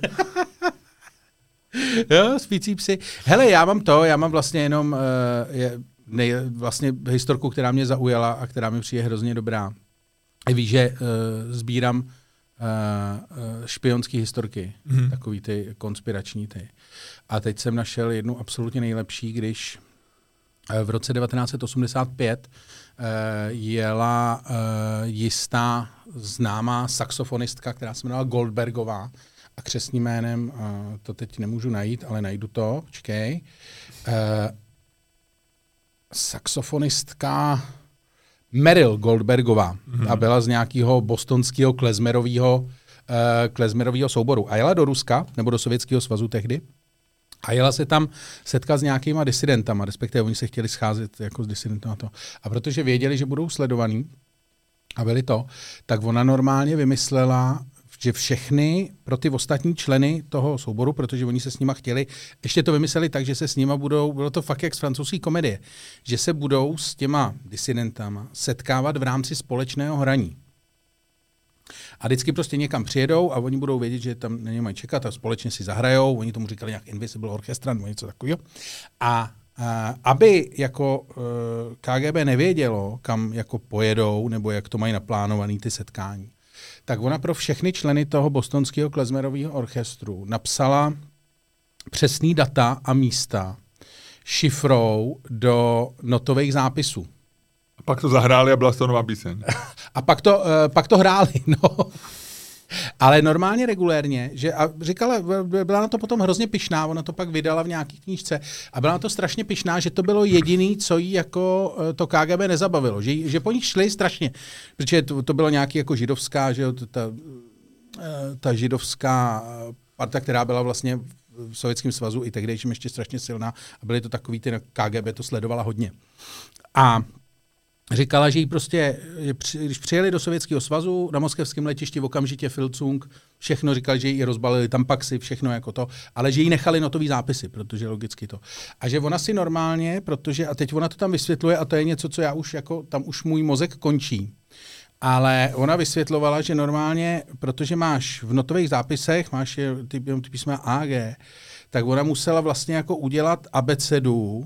Jo, spící psy. Hele, já mám to, já mám vlastně jenom uh, je, nej, vlastně historku, která mě zaujala a která mi přijde hrozně dobrá. Víš, že uh, sbírám uh, uh, špionské historky, hmm. takový ty konspirační ty. A teď jsem našel jednu absolutně nejlepší, když uh, v roce devatenáct set osmdesát pět uh, jela uh, jistá známá saxofonistka, která se jmenovala Goldbergová, a křestním jménem, uh, to teď nemůžu najít, ale najdu to, počkej. Uh, saxofonistka Meryl Goldbergová mm-hmm. a byla z nějakého bostonského klezmerového uh, klezmerového souboru. A jela do Ruska, nebo do Sovětského svazu tehdy, a jela se tam setkat s nějakýma disidentama, respektive oni se chtěli scházet jako s disidentama. To. A protože věděli, že budou sledovaní, a byli to, tak ona normálně vymyslela, že všechny pro ty ostatní členy toho souboru, protože oni se s nima chtěli, ještě to vymysleli tak, že se s nima budou, bylo to fakt jak z francouzské komedie, že se budou s těma disidentama setkávat v rámci společného hraní. A vždycky prostě někam přijedou a oni budou vědět, že tam na ně mají čekat a společně si zahrajou, oni tomu říkali nějak Invisible Orchestra nebo něco takového. A a aby jako uh, K G B nevědělo, kam jako pojedou nebo jak to mají naplánovaný ty setkání, tak ona pro všechny členy toho bostonského klezmerového orchestru napsala přesný data a místa šifrou do notových zápisů. A pak to zahráli a byla to nová píseň. A pak to, uh, pak to hráli, no. Ale normálně regulérně, že a říkala, byla na to potom hrozně pyšná, ona to pak vydala v nějaký knížce a byla na to strašně pyšná, že to bylo jediný, co jí jako to K G B nezabavilo, že, že po nich šli strašně, protože to, to bylo nějaký jako židovská, že jo, ta, ta židovská parta, která byla vlastně v Sovětském svazu i tehdejším ještě strašně silná a byly to takový, ty K G B to sledovala hodně. A říkala, že jí prostě, že při, když přijeli do Sovětského svazu, na moskevském letišti okamžitě Filcung, všechno říkali, že jí rozbalili tampaxy, všechno jako to, ale že jí nechali notový zápisy, protože logicky to. A že ona si normálně, protože, a teď ona to tam vysvětluje, a to je něco, co já už jako, tam už můj mozek končí, ale ona vysvětlovala, že normálně, protože máš v notových zápisech, máš ty, ty písmena A, G, tak ona musela vlastně jako udělat abecedu,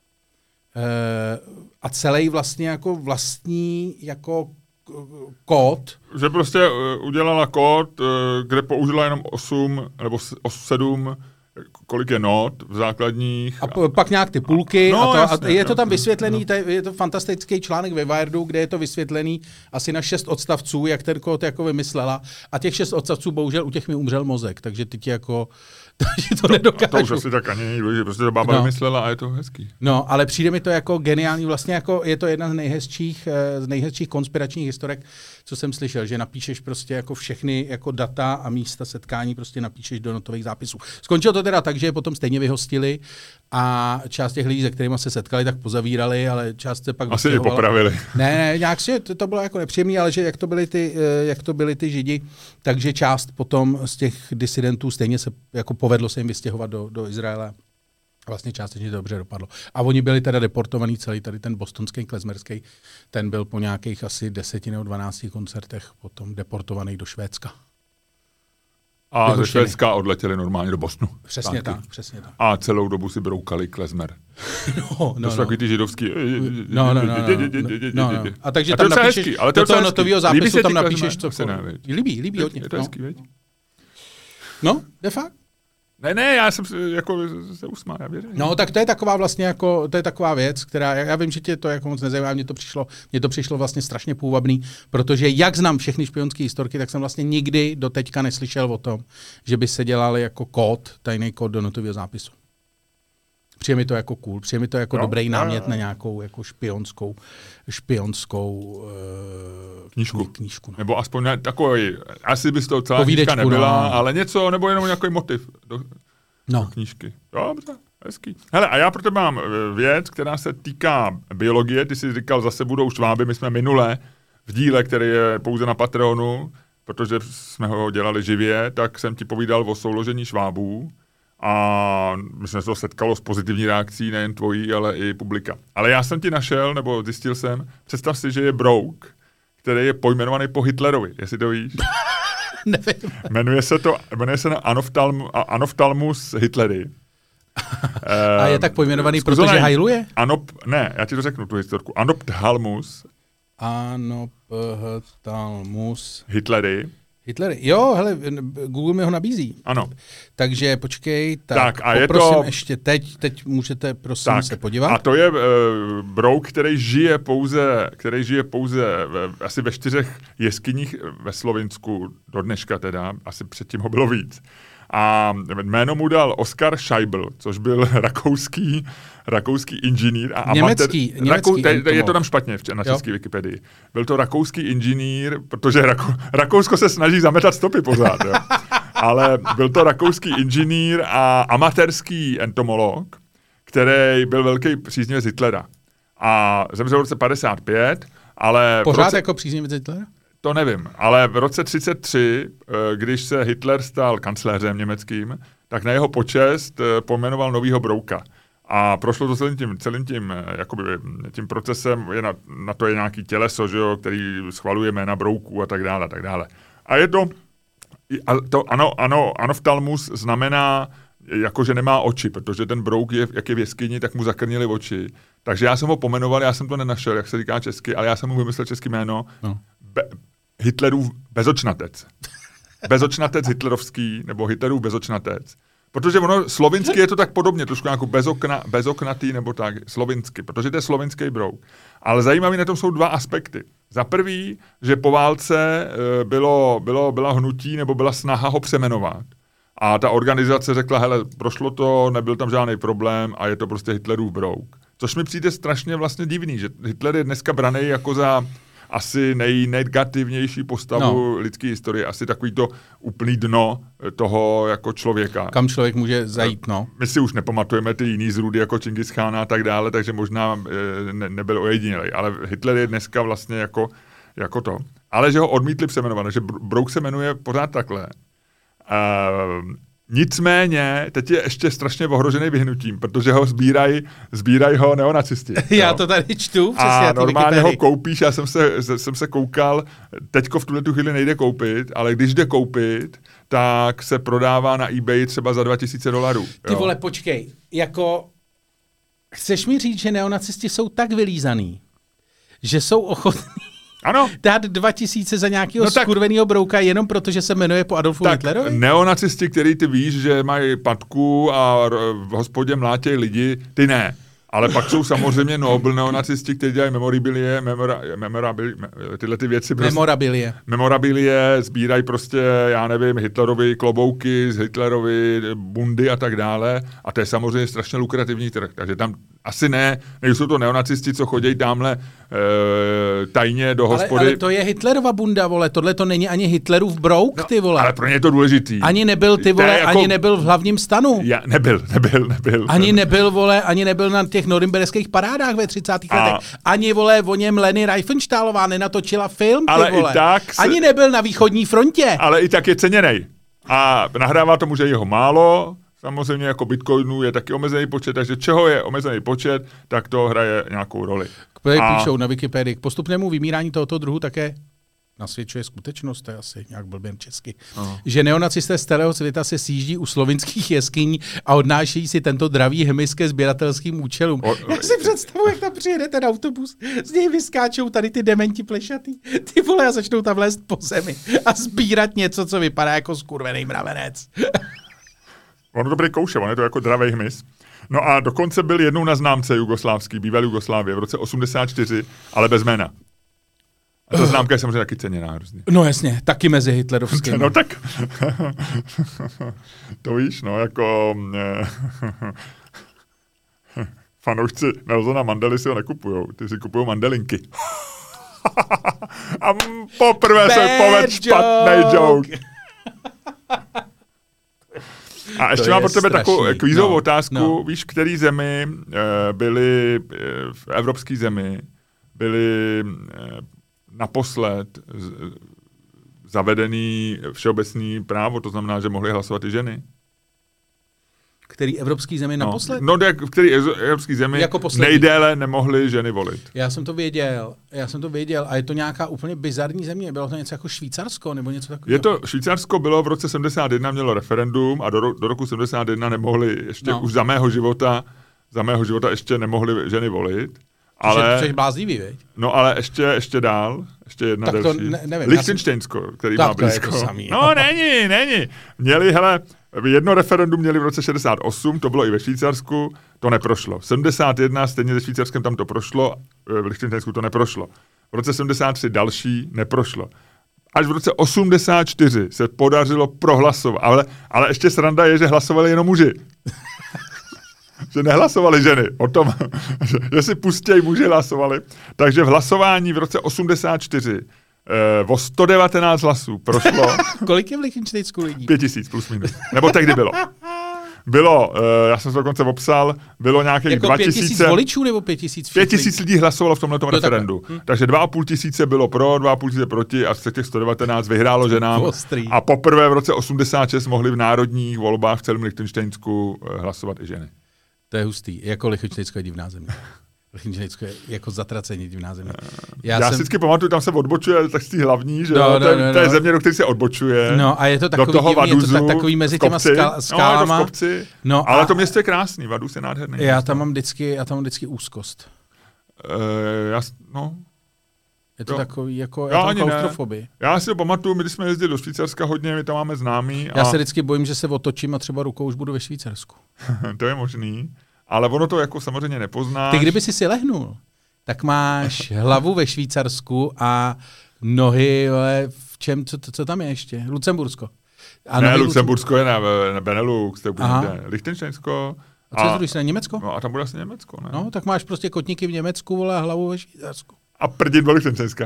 a celý vlastně jako vlastní jako kód. Že prostě udělala kód, kde použila jenom osm nebo sedm, kolik je not v základních. A p- pak nějak ty půlky. No, a, to, jasně, a je to tam jasně, vysvětlený, no. je to fantastický článek ve Wiredu, kde je to vysvětlený asi na šest odstavců, jak ten kód jako vymyslela. A těch šest odstavců bohužel u těch mi umřel mozek, takže ty ti jako takže to, to nedokážu. To už asi tak ani není, že prostě to bába no. vymyslela a je to hezký. No, ale přijde mi to jako geniální, vlastně jako je to jedna z nejhezčích, z nejhezčích konspiračních historek, co jsem slyšel, že napíšeš prostě jako všechny jako data a místa setkání prostě napíšeš do notových zápisů. Skončilo to teda tak, že je potom stejně vyhostili a část těch lidí, se kterými se setkali, tak pozavírali, ale část se pak asi je popravili. Ne, ne, nějak si to, to bylo jako nepříjemné, ale že jak to byly ty, jak to byly ty Židi, takže část potom z těch disidentů stejně se jako povedlo se jim vystěhovat do, do Izraele. A vlastně částečně to dobře dopadlo. A oni byli teda deportovaní celý, tady ten bostonský klezmerský, ten byl po nějakých asi deseti nebo dvanácti koncertech potom deportovaný do Švédska. A ze Švédska odletěli normálně do Bostonu. Přesně tak, přesně tak. A celou dobu si broukali klezmer. No, no, to jsou takový ty židovský... No, no, no, no, no. A takže tam napíšeš, hezký, ale do toho notovýho zápisu tam napíšeš, co... Líbí, líbí hodně. Je to hezký, veď? No, de fakt. Ne, ne, já jsem jako se usmál, já věřím. No, tak to je taková vlastně jako, to je taková věc, která, já vím, že tě to jako moc nezajímá, mně to přišlo, mně to přišlo vlastně strašně půvabný, protože jak znám všechny špionské historky, tak jsem vlastně nikdy do teďka neslyšel o tom, že by se dělali jako kód, tajný kód do notového zápisu. Přijde mi to jako cool, přijde mi to jako no, dobrý námět na nějakou jako špionskou, špionskou uh, knížku. knížku no. Nebo aspoň ne, takový, asi by to celá knížka nebyla, no. Ale něco, nebo jenom nějaký motiv do, no. do knížky. Dobře, hezký. Hele, a já pro tebe mám věc, která se týká biologie. Ty jsi říkal, zase budou šváby, my jsme minule v díle, který je pouze na Patreonu, protože jsme ho dělali živě, tak jsem ti povídal o souložení švábů. A myslím, že se to setkalo s pozitivní reakcí, nejen tvojí, ale i publika. Ale já jsem ti našel, nebo zjistil jsem, představ si, že je brouk, který je pojmenovaný po Hitlerovi, jestli to víš. Nevím. Jmenuje se to, jmenuje se na Anoftalm, Anoftalmus Hitleri. A je tak pojmenovaný, protože hajluje? Anop, ne, já ti to řeknu, tu historku. Anophthalmus. Anophthalmus Hitleri. Hitler, jo, hele, Google mi ho nabízí. Ano. Takže počkej, tak, tak a poprosím je to... ještě teď, teď můžete prosím tak, se podívat. A to je uh, brouk, který žije pouze, který žije pouze v, asi ve čtyřech jeskyních ve Slovinsku, do dneška teda, asi předtím ho bylo víc. A jméno mu dal Oskar Scheibl, což byl rakouský, rakouský inženýr. A německý, amatér, německý Rakou, te, je to tam špatně na české Wikipedii. Byl to rakouský inženýr, protože Rako, Rakousko se snaží zametat stopy pořád. Jo. Ale byl to rakouský inženýr a amatérský entomolog, který byl velký příznivec Hitlera. A zemřel v roce padesát pět, ale... Pořád roce... jako příznivec Hitlera? To nevím, ale v roce třicet tři, když se Hitler stal kancléřem německým, tak na jeho počest pojmenoval novýho brouka. A prošlo to celým tím, celým tím, jakoby, tím procesem, je na, na to je nějaký těleso, že jo, který schvaluje jména brouků a tak dále, a tak dále. A je to, a to ano, ano, Anophthalmus znamená, jako že nemá oči, protože ten brouk, je, jak je v jeskyni, tak mu zakrnili oči. Takže já jsem ho pomenoval, já jsem to nenašel, jak se říká česky, ale já jsem mu vymyslel český jméno. No. Be- Hitlerův bezočnatec. Bezočnatec hitlerovský, nebo Hitlerův bezočnatec. Protože ono, slovinsky je to tak podobně, trošku jako bezokna, bezoknatý, nebo tak, slovinsky, protože to je slovinský brouk. Ale zajímavý na tom jsou dva aspekty. Za prvý, že po válce bylo, bylo, byla hnutí nebo byla snaha ho přemenovat. A ta organizace řekla, hele, prošlo to, nebyl tam žádný problém a je to prostě Hitlerův brouk. Což mi přijde strašně vlastně divný, že Hitler je dneska braný jako za asi nejnegativnější postavu no. lidské historie, asi takový to úplný dno toho jako člověka. Kam člověk může zajít, no. My si už nepamatujeme ty jiný zrůdy jako Čingis Chána a tak dále, takže možná ne, nebyl ojedinělej, ale Hitler je dneska vlastně jako, jako to. Ale že ho odmítli přemenovat, že brouk se jmenuje pořád takhle. Uh, nicméně, teď je ještě strašně ohrožený vyhnutím, protože ho sbírají sbíraj ho neonacisti. Já jo? to tady čtu. A normálně ho koupíš, já jsem se, jsem se koukal, teďko v tuhle tu chvíli nejde koupit, ale když jde koupit, tak se prodává na eBay třeba za dva tisíce dolarů. Ty vole, počkej, jako chceš mi říct, že neonacisti jsou tak vylízaný, že jsou ochotní ano. dát dva tisíce za nějakého no skurvenýho brouka jenom proto, že se jmenuje po Adolfu tak Hitlerovi? Neonacisti, který ty víš, že mají patku a v hospodě mlátějí lidi, ty ne. Ale pak jsou samozřejmě nobl neonacisti, kteří dělají memorabilie, memora, memorabilie, tyhle ty věci. Prostě, memorabilie. Memorabilie, sbírají prostě, já nevím, Hitlerovi klobouky, z Hitlerovi bundy a tak dále. A to je samozřejmě strašně lukrativní trh. Takže tam asi ne, nejsou to neonacisti, co chodí tamhle e, tajně do hospody. Ale, ale to je Hitlerova bunda, vole, tohle to není ani Hitlerův brouk, no, ty vole. Ale pro ně je to důležitý. Ani nebyl, ty vole, jako, ani nebyl v hlavním stanu. Já, nebyl, nebyl, nebyl. Ani nebyl, vole, ani nebyl na těch norimberských parádách ve třicátých letech. Ani, vole, o něm Leni Riefenstahlová nenatočila film, ty ale vole. I tak se, ani nebyl na východní frontě. Ale i tak je ceněnej. A nahrává tomu, že jeho málo. Samozřejmě jako bitcoinů je taky omezený počet, takže čeho je omezený počet, tak to hraje nějakou roli. A... Píšou na Wikipedii. K postupnému vymírání tohoto druhu také nasvědčuje skutečnost, to je asi nějak blběm česky, Aha. že neonacisté z celého světa se sjíždí u slovinských jeskyní a odnášejí si tento dravý hmyz ke sběratelským účelům. O, jak si představuji, jak tam přijede ten autobus, z něj vyskáčou tady ty dementi plešatý, ty vole a začnou tam lézt po zemi a sbírat něco, co vypadá jako skurvený mravenec. On to prý kouše, on je to jako dravej hmyz. No a dokonce byl jednou na známce jugoslávský, bývalý Jugoslávie v roce osmdesát čtyři, ale bez jména. A ta známka je samozřejmě taky ceněná hrozně. No jasně, taky mezi hitlerovskými. No tak, to víš, no jako fanoušci Nelsona Mandely si ho nekupujou, ty si kupujou mandelinky. A poprvé se povedl špatný joke. A ještě mám pro tebe strašný. Takovou kvízovou no, otázku. No. Víš, který zemi e, byly, e, v evropské zemi byly e, naposled z, zavedený všeobecný právo, to znamená, že mohly hlasovat i ženy? Který evropský zemi no. naposled? No, v který evropský zemi jako nejdéle nemohly ženy volit. Já jsem to věděl, já jsem to věděl a je to nějaká úplně bizarní země, bylo to něco jako Švýcarsko nebo něco takového? Je to, Švýcarsko bylo v roce sedmdesát jedna, mělo referendum a do, do roku sedmdesát jedna nemohli ještě, no. už za mého života, za mého života ještě nemohly ženy volit. Ale, což je blázivý, veď? No ale ještě, ještě dál, ještě jedna tak delší. To ne, nevím, Lichtensteinsko, jsem... který tak má blízko. To je to samý, no není, není. Měli, hele, jedno referendum měli v roce šedesát osm, to bylo i ve Švýcarsku, to neprošlo. sedmdesát jedna, stejně se Švýcarskem tam to prošlo, v Lichtensteinsku to neprošlo. V roce sedmdesát tři další neprošlo. Až v roce osmdesát čtyři se podařilo prohlasovat. Ale, ale ještě sranda je, že hlasovali jenom muži. Že nehlasovali ženy o tom, že, že si pustěj muži hlasovali. Takže v hlasování v roce osmdesát čtyři eh, o sto devatenáct hlasů prošlo. Kolik je v Lichtensteinsku lidí? Pět tisíc plus minus. Nebo tehdy bylo. Bylo, eh, já jsem to dokonce popsal, bylo nějakých jako dva tisíce. Pět tisíc voličů nebo pět tisíc? Pět tisíc lidí hlasovalo v tomhletom no, referendu. Hm. Takže dva a půl tisíce bylo pro, dva a půl tisíce proti a z těch sto devatenáct vyhrálo ženám. Ostrý. A poprvé v roce osmdesát šest mohli v národních volbách v celém Lichtensteinsku eh, hlasovat i ženy. To je hustý. Jako Lichtensteinsko je divná země. Lichtensteinsko je jako zatraceně divná země. Já, Já jsem... si vždycky pamatuju, tam se odbočuje tak z té hlavní, že no, no, no, to, je, no, to je no. země, do které se odbočuje. No a je to takový do toho divný, Vaduzu, je to tak, takový mezi těma ska, skálama. No, je to v kopci, no ale a... to město je krásný, Vaduz je nádherný. Já město. tam mám vždycky, já tam mám vždycky úzkost. Uh, já, no. Je to jo. takový, jako, já já tam klaustrofobii. Já si to pamatuju, my když jsme jezdili do Švýcarska hodně, my tam máme známý. Já a... se vždycky bojím, že se otočím a třeba rukou už budu ve Švýcarsku. To je možný. Ale ono to jako samozřejmě nepoznáš. Ty kdyby si si lehnul, tak máš hlavu ve Švýcarsku a nohy, ale v čem, co, co tam je ještě? Lucembursko. A ne, Lucembursko je na, na Benelux, to bude Lichtensteinsko. A co je druhý strana, Německo? No a tam bude asi Německo, ne? No, tak máš prostě kotníky v Německu, vole, a hlavu ve Švýcarsku. A prdit do Lichtensteinska.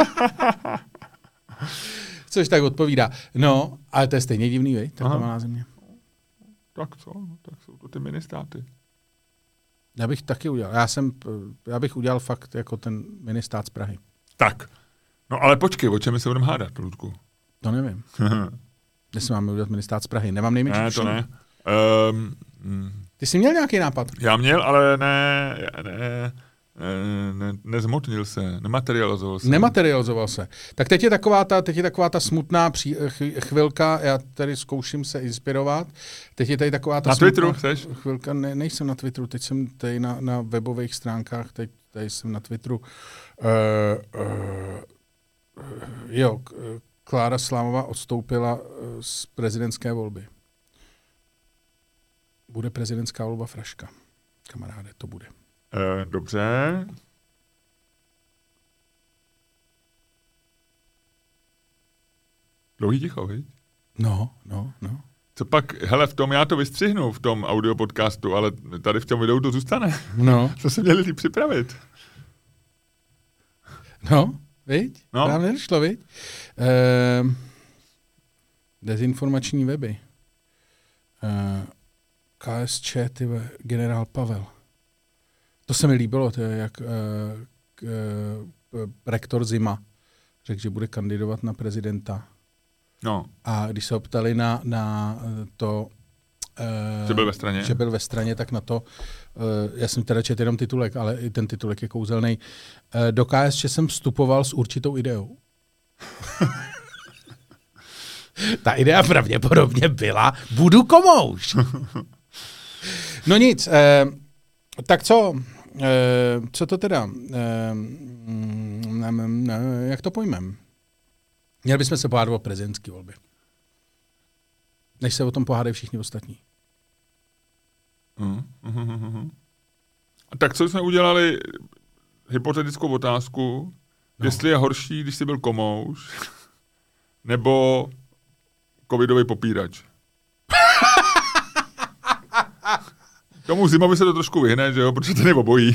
Což tak odpovídá. No, ale to je stejně divný, vej, tak to má země. Tak co, no, tak jsou to ty ministáty. Já bych taky udělal. Já jsem, já bych udělal fakt jako ten ministát z Prahy. Tak. No ale počkej, o čem se budeme hádat, Ludku? To nevím. Jestli máme udělat ministát z Prahy. Nemám nejmenší Ne, to ne. Um, mm. Ty jsi měl nějaký nápad? Já měl, ale ne, ne, ne, nezmotnil se, nematerializoval se. Nematerializoval se. Tak teď je taková ta, teď je taková ta smutná pří, chvilka, já tady zkouším se inspirovat. Teď je tady taková ta na smutná Twitteru chceš? chvilka. Ne, nejsem na Twitteru, teď jsem tady na, na webových stránkách, teď tady jsem na Twitteru. Uh, uh, jo, Klára Slámová odstoupila z prezidentské volby. Bude prezidentská volba fraška. Kamaráde, to bude. E, dobře. Dlouhý ticho, viď? No, no, no. Co pak, hele, v tom já to vystřihnu, v tom audio podcastu, ale tady v tom videu to zůstane. No. To se měli připravit. No, viď? No. Nám nedošlo, viď? Ehm, dezinformační weby. Ehm, K S Č, ty generál Pavel. To se mi líbilo, to je jak uh, k, uh, rektor Zima řekl, že bude kandidovat na prezidenta. No. A když se ho ptali na, na to, uh, že byl ve straně, že byl ve straně, tak na to, uh, já jsem teda četl jenom titulek, ale i ten titulek je kouzelnej. Uh, do K S Č jsem vstupoval s určitou ideou. Ta idea pravděpodobně byla, budu komouš. No nic, eh, tak co, eh, co to teda, eh, mm, jak to pojmem? Měli bychom se pohádat o prezidentské volby. Než se o tom pohádají všichni ostatní. Uh, uh, uh, uh. Tak co jsme udělali hypotetickou otázku, no. Jestli je horší, když jsi byl komouš, nebo covidový popírač. Tomu Zimovi se to trošku vyhne, že jo, protože ten je obojí.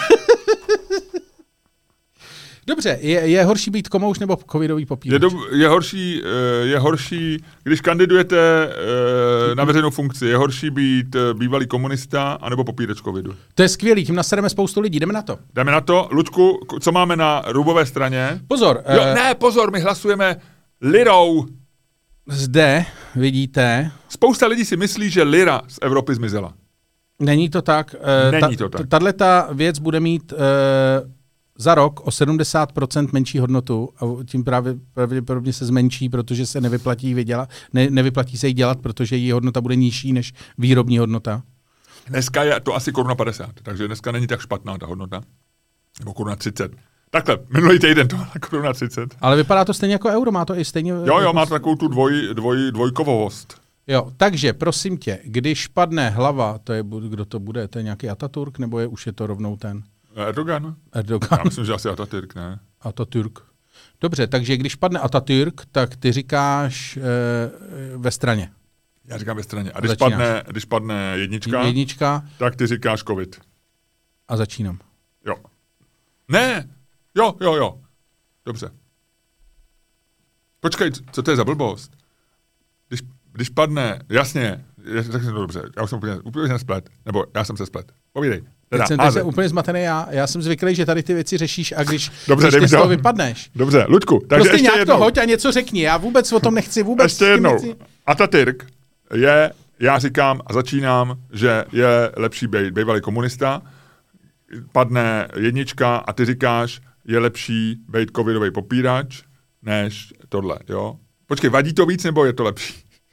Dobře, je, je horší být komouš nebo covidový popírač? Je, do, je, horší, je horší, když kandidujete na veřejnou funkci, je horší být bývalý komunista anebo popírač covidu. To je skvělý, tím nasedeme spoustu lidí, jdeme na to. Jdeme na to. Luďku, co máme na rubové straně? Pozor. Jo, uh, ne, pozor, my hlasujeme lirou. Zde vidíte. Spousta lidí si myslí, že lira z Evropy zmizela. Není to tak. Uh, Není to tak. Tato věc bude mít uh, za rok o sedmdesát procent menší hodnotu a tím právě pravděpodobně se zmenší, protože se nevyplatí, vydělat, ne, nevyplatí se jí dělat, protože její hodnota bude nižší než výrobní hodnota. Dneska je to asi koruna padesát, takže dneska není tak špatná ta hodnota. Nebo koruna třicet. Takhle, minulý týden to byla koruna třicet. Ale vypadá to stejně jako euro, má to i stejně... Jo, jo, má to takovou tu dvoj, dvoj, dvojkovost. Jo, takže prosím tě, když padne hlava, to je, kdo to bude, to je nějaký Ataturk, nebo je, už je to rovnou ten? Erdogan. Erdogan. Já myslím, že asi Atatürk, ne? Atatürk. Dobře, takže když padne Atatürk, tak ty říkáš e, ve straně. Já říkám ve straně. A když padne, když padne jednička, jednička, tak ty říkáš covid. A začínám. Jo. Ne! Jo, jo, jo. Dobře. Počkej, co to je za blbost? Když, když padne, jasně, řekni to dobře, já už jsem úplně, úplně nesplet, nebo já jsem se splet. Povídej. Teda, teď jsem, teď jsem úplně zmatený já. Já jsem zvyklý, že tady ty věci řešíš a když, dobře, když z toho vypadneš. Dobře, Luďku, takže prostě ještě nějak jednou. to hoď a něco řekni. Já vůbec o tom nechci vůbec. Ještě jednou. Atatürk je, já říkám a začínám, že je lepší bej, bývalý komunista, padne jednička a ty říkáš, je lepší být covidový popírač, než tohle, jo? Počkej, vadí to víc, nebo je to lepší?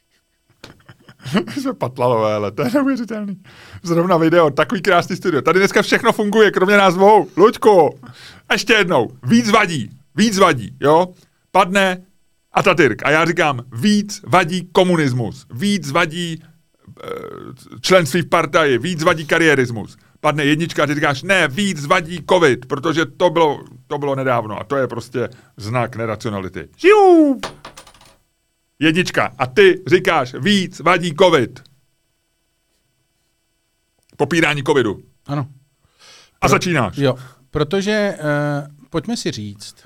My jsme patlalové, ale to je neuvěřitelný. Zrovna video, takový krásný studio. Tady dneska všechno funguje, kromě nás dvou. Luďku, ještě jednou. Víc vadí, víc vadí, jo? Padne Atatürk a já říkám, víc vadí komunismus, víc vadí e, členství v partaji, víc vadí kariérismus. padne jednička a ty říkáš, ne, víc vadí covid, protože to bylo, to bylo nedávno a to je prostě znak neracionality. Žiu! Jednička. A ty říkáš, víc vadí covid. Popírání covidu. Ano. A Pro, začínáš. Jo, protože uh, pojďme si říct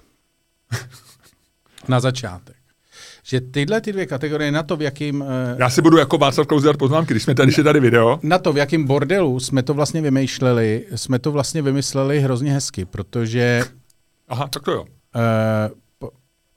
na začátek, že tyhle ty dvě kategorie na to, v jakým... Uh, Já si budu jako Václav Klaus dělat poznámky, když jsme tady, když je tady video. Na to, v jakým bordelu jsme to vlastně vymýšleli, jsme to vlastně vymysleli hrozně hezky, protože... Aha, tak to jo. Uh, po,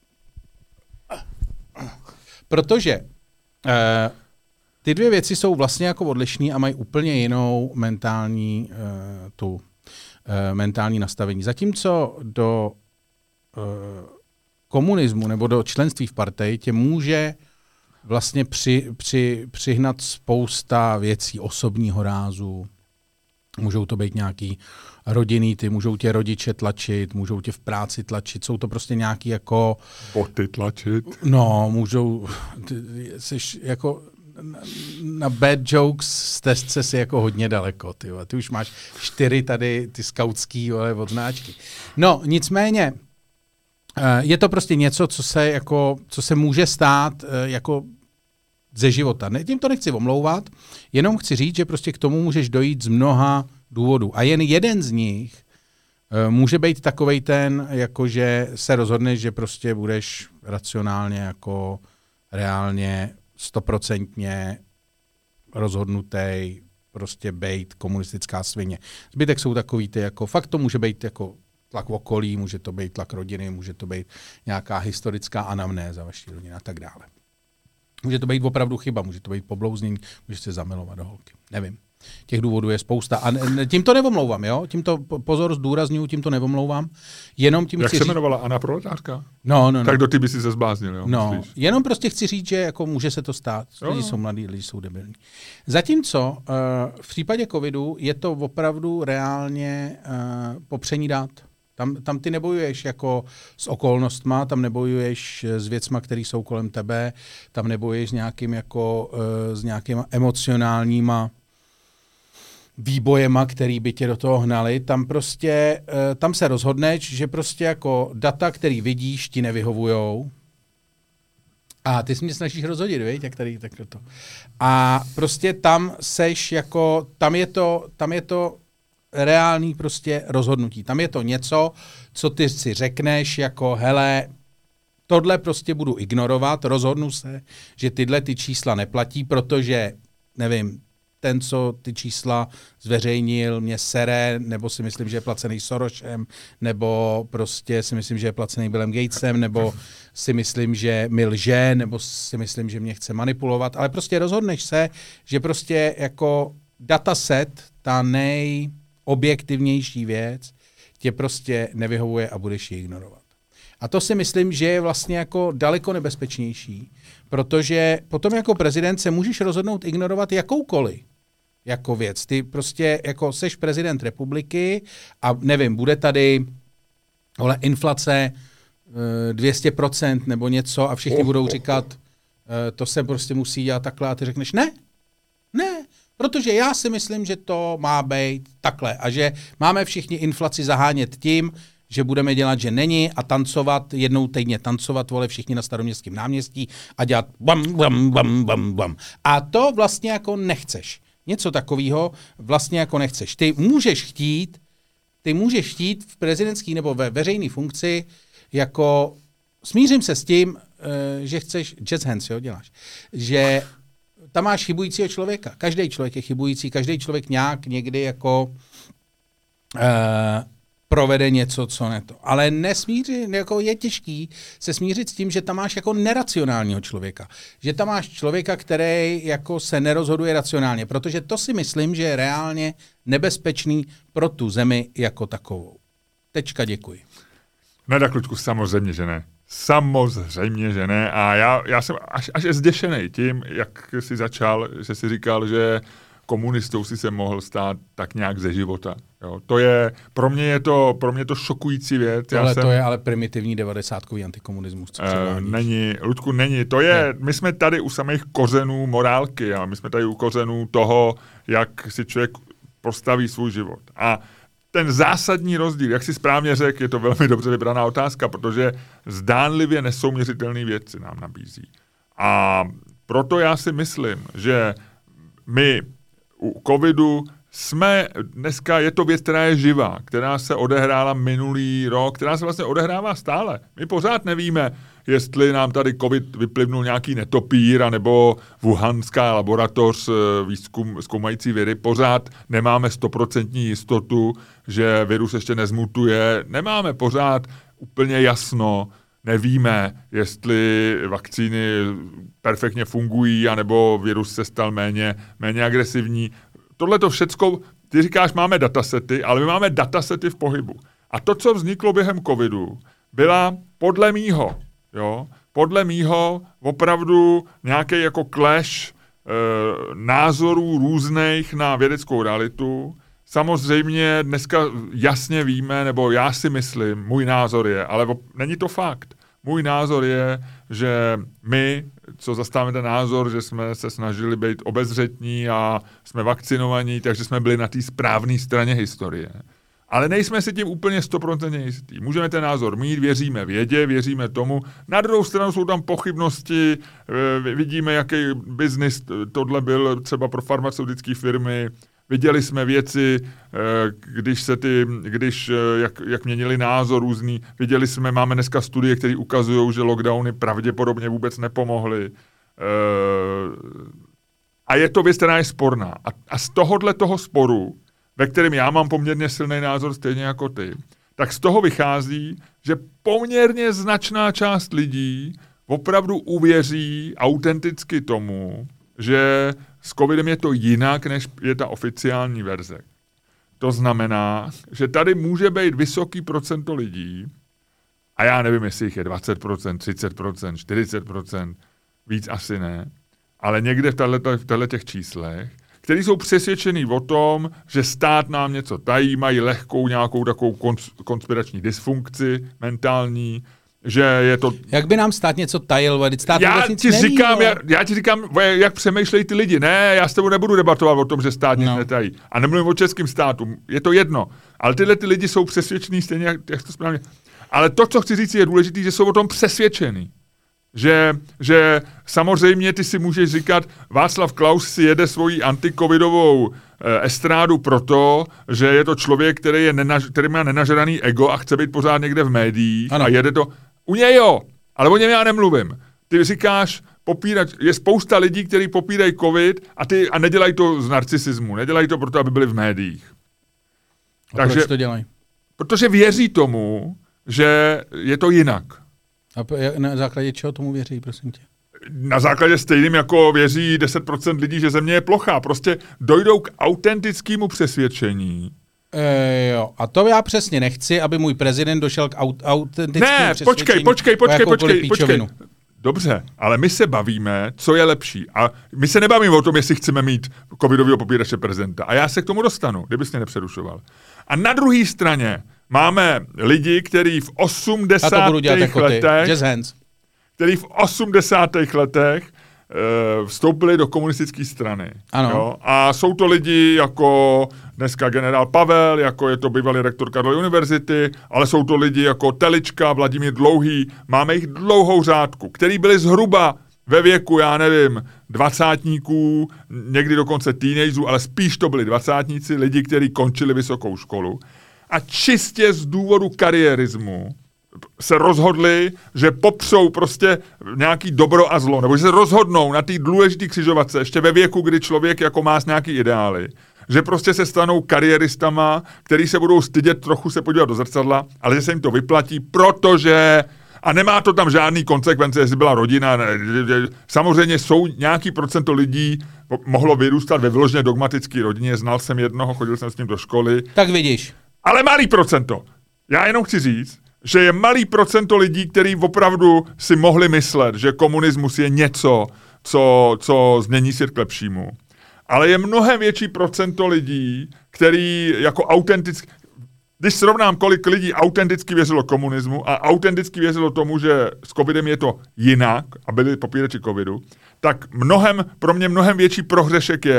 protože uh, ty dvě věci jsou vlastně jako odlišný a mají úplně jinou mentální uh, tu uh, mentální nastavení. Zatímco do uh, komunismu nebo do členství v partii tě může vlastně při, při, přihnat spousta věcí osobního rázu. Můžou to být nějaký rodinný, ty můžou tě rodiče tlačit, můžou tě v práci tlačit, jsou to prostě nějaký jako... Boty tlačit. No, můžou... Ty, jsi jako... Na, na bad jokes z testce si jako hodně daleko. Ty, ty už máš čtyři tady ty skautský odznáčky. No, nicméně, je to prostě něco, co se, jako, co se může stát jako ze života. Ne, tím to nechci omlouvat, jenom chci říct, že prostě k tomu můžeš dojít z mnoha důvodů. A jen jeden z nich může být takovej ten, jako že se rozhodneš, že prostě budeš racionálně jako reálně stoprocentně rozhodnutý prostě bejt komunistická svině. Zbytek jsou takový ty, jako fakt to může být jako tlak okolí, může to být tlak rodiny, může to být nějaká historická anamnéza vaší rodiny a tak dále. Může to být opravdu chyba, může to být poblouznění, může se zamilovat do holky. Nevím. Těch důvodů je spousta. A ne, tím to nevomlouvám, jo? Tím to, pozor, zdůrazňuji, tím to nevomlouvám. Jenom tím Jak chci se říct... jmenovala Anna Proletářka? No, no, no. Tak do ty by si se zbláznil, jo? No, myslíš? jenom prostě chci říct, že jako může se to stát. Jo. Lidi jsou mladí, lidi jsou debilní. Zatímco uh, v případě covidu je to opravdu reálně uh, popření dat. Tam, tam ty nebojuješ jako s okolnostma, tam nebojuješ s věcma, které jsou kolem tebe, tam nebojuješ s nějakým jako, uh, s nějakýma emocionálníma výbojema, který by tě do toho hnali. Tam prostě, uh, tam se rozhodneš, že prostě jako data, který vidíš, ti nevyhovujou. A ty si mě snažíš rozhodit, viď, jak tady tak to. A prostě tam seš jako, tam je to, tam je to reálný prostě rozhodnutí. Tam je to něco, co ty si řekneš jako, hele, tohle prostě budu ignorovat, rozhodnu se, že tyhle ty čísla neplatí, protože, nevím, ten, co ty čísla zveřejnil, mě sere, nebo si myslím, že je placený Sorosem, nebo prostě si myslím, že je placený Billem Gatesem, nebo si myslím, že mi lže, nebo si myslím, že mě chce manipulovat, ale prostě rozhodneš se, že prostě jako dataset, ta nejobjektivnější věc, tě prostě nevyhovuje a budeš ji ignorovat. A to si myslím, že je vlastně jako daleko nebezpečnější, protože potom jako prezident se můžeš rozhodnout ignorovat jakoukoliv jako věc. Ty prostě jako seš prezident republiky a nevím, bude tady vole, inflace uh, dvě stě procent nebo něco a všichni oh, budou říkat, uh, to se prostě musí dělat takhle a ty řekneš ne, ne, protože já si myslím, že to má být takhle a že máme všichni inflaci zahánět tím, že budeme dělat, že není a tancovat, jednou týdně tancovat, vole, všichni na Staroměstském náměstí a dělat bam, bam, bam, bam, bam. A to vlastně jako nechceš. Něco takového vlastně jako nechceš. Ty můžeš chtít, ty můžeš chtít v prezidentské nebo ve veřejné funkci jako smířím se s tím, že chceš, jazz hands, jo, děláš, že tam máš chybujícího člověka. Každý člověk je chybující, každý člověk nějak někdy jako uh, provede něco, co ne to. Ale nesmíři, jako je těžký se smířit s tím, že tam máš jako neracionálního člověka. Že tam máš člověka, který jako se nerozhoduje racionálně, protože to si myslím, že je reálně nebezpečný pro tu zemi jako takovou. Tečka, děkuji. Ne, tak Luďku, samozřejmě, že ne. Samozřejmě, že ne. A já, já jsem až, až zděšený tím, jak jsi začal, že jsi říkal, že komunistou si se mohl stát tak nějak ze života. Jo, to je, pro mě je to, pro mě je to šokující věc. Tohle jsem, to je ale primitivní devadesátkový antikomunismus. Co uh, není, Ludku, není. To je, ne. My jsme tady u samých kořenů morálky a my jsme tady u kořenů toho, jak si člověk postaví svůj život. A ten zásadní rozdíl, jak si správně řekl, je to velmi dobře vybraná otázka, protože zdánlivě nesouměřitelné věci nám nabízí. A proto já si myslím, že my u covidu jsme, dneska je to věc, která je živá, která se odehrála minulý rok, která se vlastně odehrává stále. My pořád nevíme, jestli nám tady covid vyplivnul nějaký netopír, anebo wuhanská laboratoř výzkum, zkoumající viry. Pořád nemáme stoprocentní jistotu, že virus ještě nezmutuje. Nemáme pořád úplně jasno, nevíme, jestli vakcíny perfektně fungují, anebo virus se stal méně, méně agresivní. Tohle to všecko, ty říkáš, máme datasety, ale my máme datasety v pohybu. A to, co vzniklo během covidu, byla podle mýho, jo, podle mýho opravdu nějaký jako clash e, názorů různých na vědeckou realitu. Samozřejmě dneska jasně víme, nebo já si myslím, můj názor je, ale op, není to fakt. Můj názor je, že my, co zastáváme ten názor, že jsme se snažili být obezřetní a jsme vakcinovaní, takže jsme byli na té správné straně historie. Ale nejsme si tím úplně stoprocentně jistí. Můžeme ten názor mít, věříme vědě, věříme tomu. Na druhou stranu jsou tam pochybnosti, vidíme, jaký biznis tohle byl třeba pro farmaceutické firmy. Viděli jsme věci, když se ty, když, jak, jak měnili názor různý, viděli jsme, máme dneska studie, které ukazují, že lockdowny pravděpodobně vůbec nepomohly. A je to věc, která je sporná. A, a z tohohle toho sporu, ve kterém já mám poměrně silný názor, stejně jako ty, tak z toho vychází, že poměrně značná část lidí opravdu uvěří autenticky tomu, že s covidem je to jinak, než je ta oficiální verze. To znamená, že tady může být vysoký procento lidí, a já nevím, jestli jich je dvacet procent, třicet procent, čtyřicet procent, víc asi ne, ale někde v těchto těch číslech, kteří jsou přesvědčený o tom, že stát nám něco tají, mají lehkou nějakou takovou konspirační dysfunkci mentální, že je to... Jak by nám stát něco tajil, stát já nic ti neví, říkám, já, já ti říkám, jak přemýšlejí ty lidi. Ne, já s tebou nebudu debatovat o tom, že stát nic no. netají. A nemluvím o českým státu, je to jedno. Ale tyhle ty lidi jsou přesvědčení stejně, jak, jak to správně. Ale to, co chci říct, je důležité, že jsou o tom přesvědčení. Že, že samozřejmě ty si můžeš říkat, Václav Klaus si jede svoji antikovidovou eh, estrádu proto, že je to člověk, který, je nenaž, který má nenažraný ego a chce být pořád někde v médiích ano. a jede to. U něj jo, ale o něm já nemluvím. Ty říkáš, popírat, je spousta lidí, kteří popírají covid a, ty, a nedělají to z narcisismu, nedělají to proto, aby byli v médiích. A Takže, proč to dělají? Protože věří tomu, že je to jinak. A na základě čeho tomu věří, prosím tě? Na základě stejným, jako věří deset procent lidí, že země je plochá. Prostě dojdou k autentickému přesvědčení. E, jo, a to já přesně nechci, aby můj prezident došel k aut- autentickému ne, přesvědčení. Ne, počkej, počkej, počkej, počkej, počkej. Dobře, ale my se bavíme, co je lepší. A my se nebavíme o tom, jestli chceme mít covidového popírače prezidenta. A já se k tomu dostanu, kdybys mě nepřerušoval. A na druhé straně máme lidi, kteří v osmdesátých letech, kteří v osmdesátých letech e, vstoupili do komunistické strany. Ano. Jo? A jsou to lidi jako dneska generál Pavel, jako je to bývalý rektor Karlovy univerzity, ale jsou to lidi jako Telička, Vladimír Dlouhý, máme jich dlouhou řádku, který byli zhruba ve věku, já nevím, dvacátníků, někdy dokonce teenagerů, ale spíš to byli dvacátníci, lidi, kteří končili vysokou školu. A čistě z důvodu kariérismu se rozhodli, že popřou prostě nějaký dobro a zlo, nebo že se rozhodnou na té důležité křižovatce, ještě ve věku, kdy člověk jako má nějaký ideály, že prostě se stanou kariéristama, který se budou stydět trochu se podívat do zrcadla, ale že se jim to vyplatí, protože... A nemá to tam žádný konsekvence, jestli byla rodina. Ne, samozřejmě jsou nějaký procento lidí, mohlo vyrůstat ve vyloženě dogmatické rodině, znal jsem jednoho, chodil jsem s ním do školy. Tak vidíš. Ale malý procento. Já jenom chci říct, že je malý procento lidí, kteří opravdu si mohli myslet, že komunismus je něco, co, co změní svět k lepšímu. Ale je mnohem větší procento lidí, který jako autenticky... Když srovnám, kolik lidí autenticky věřilo komunismu a autenticky věřilo tomu, že s covidem je to jinak a byli popírači covidu, tak mnohem, pro mě mnohem větší prohřešek je,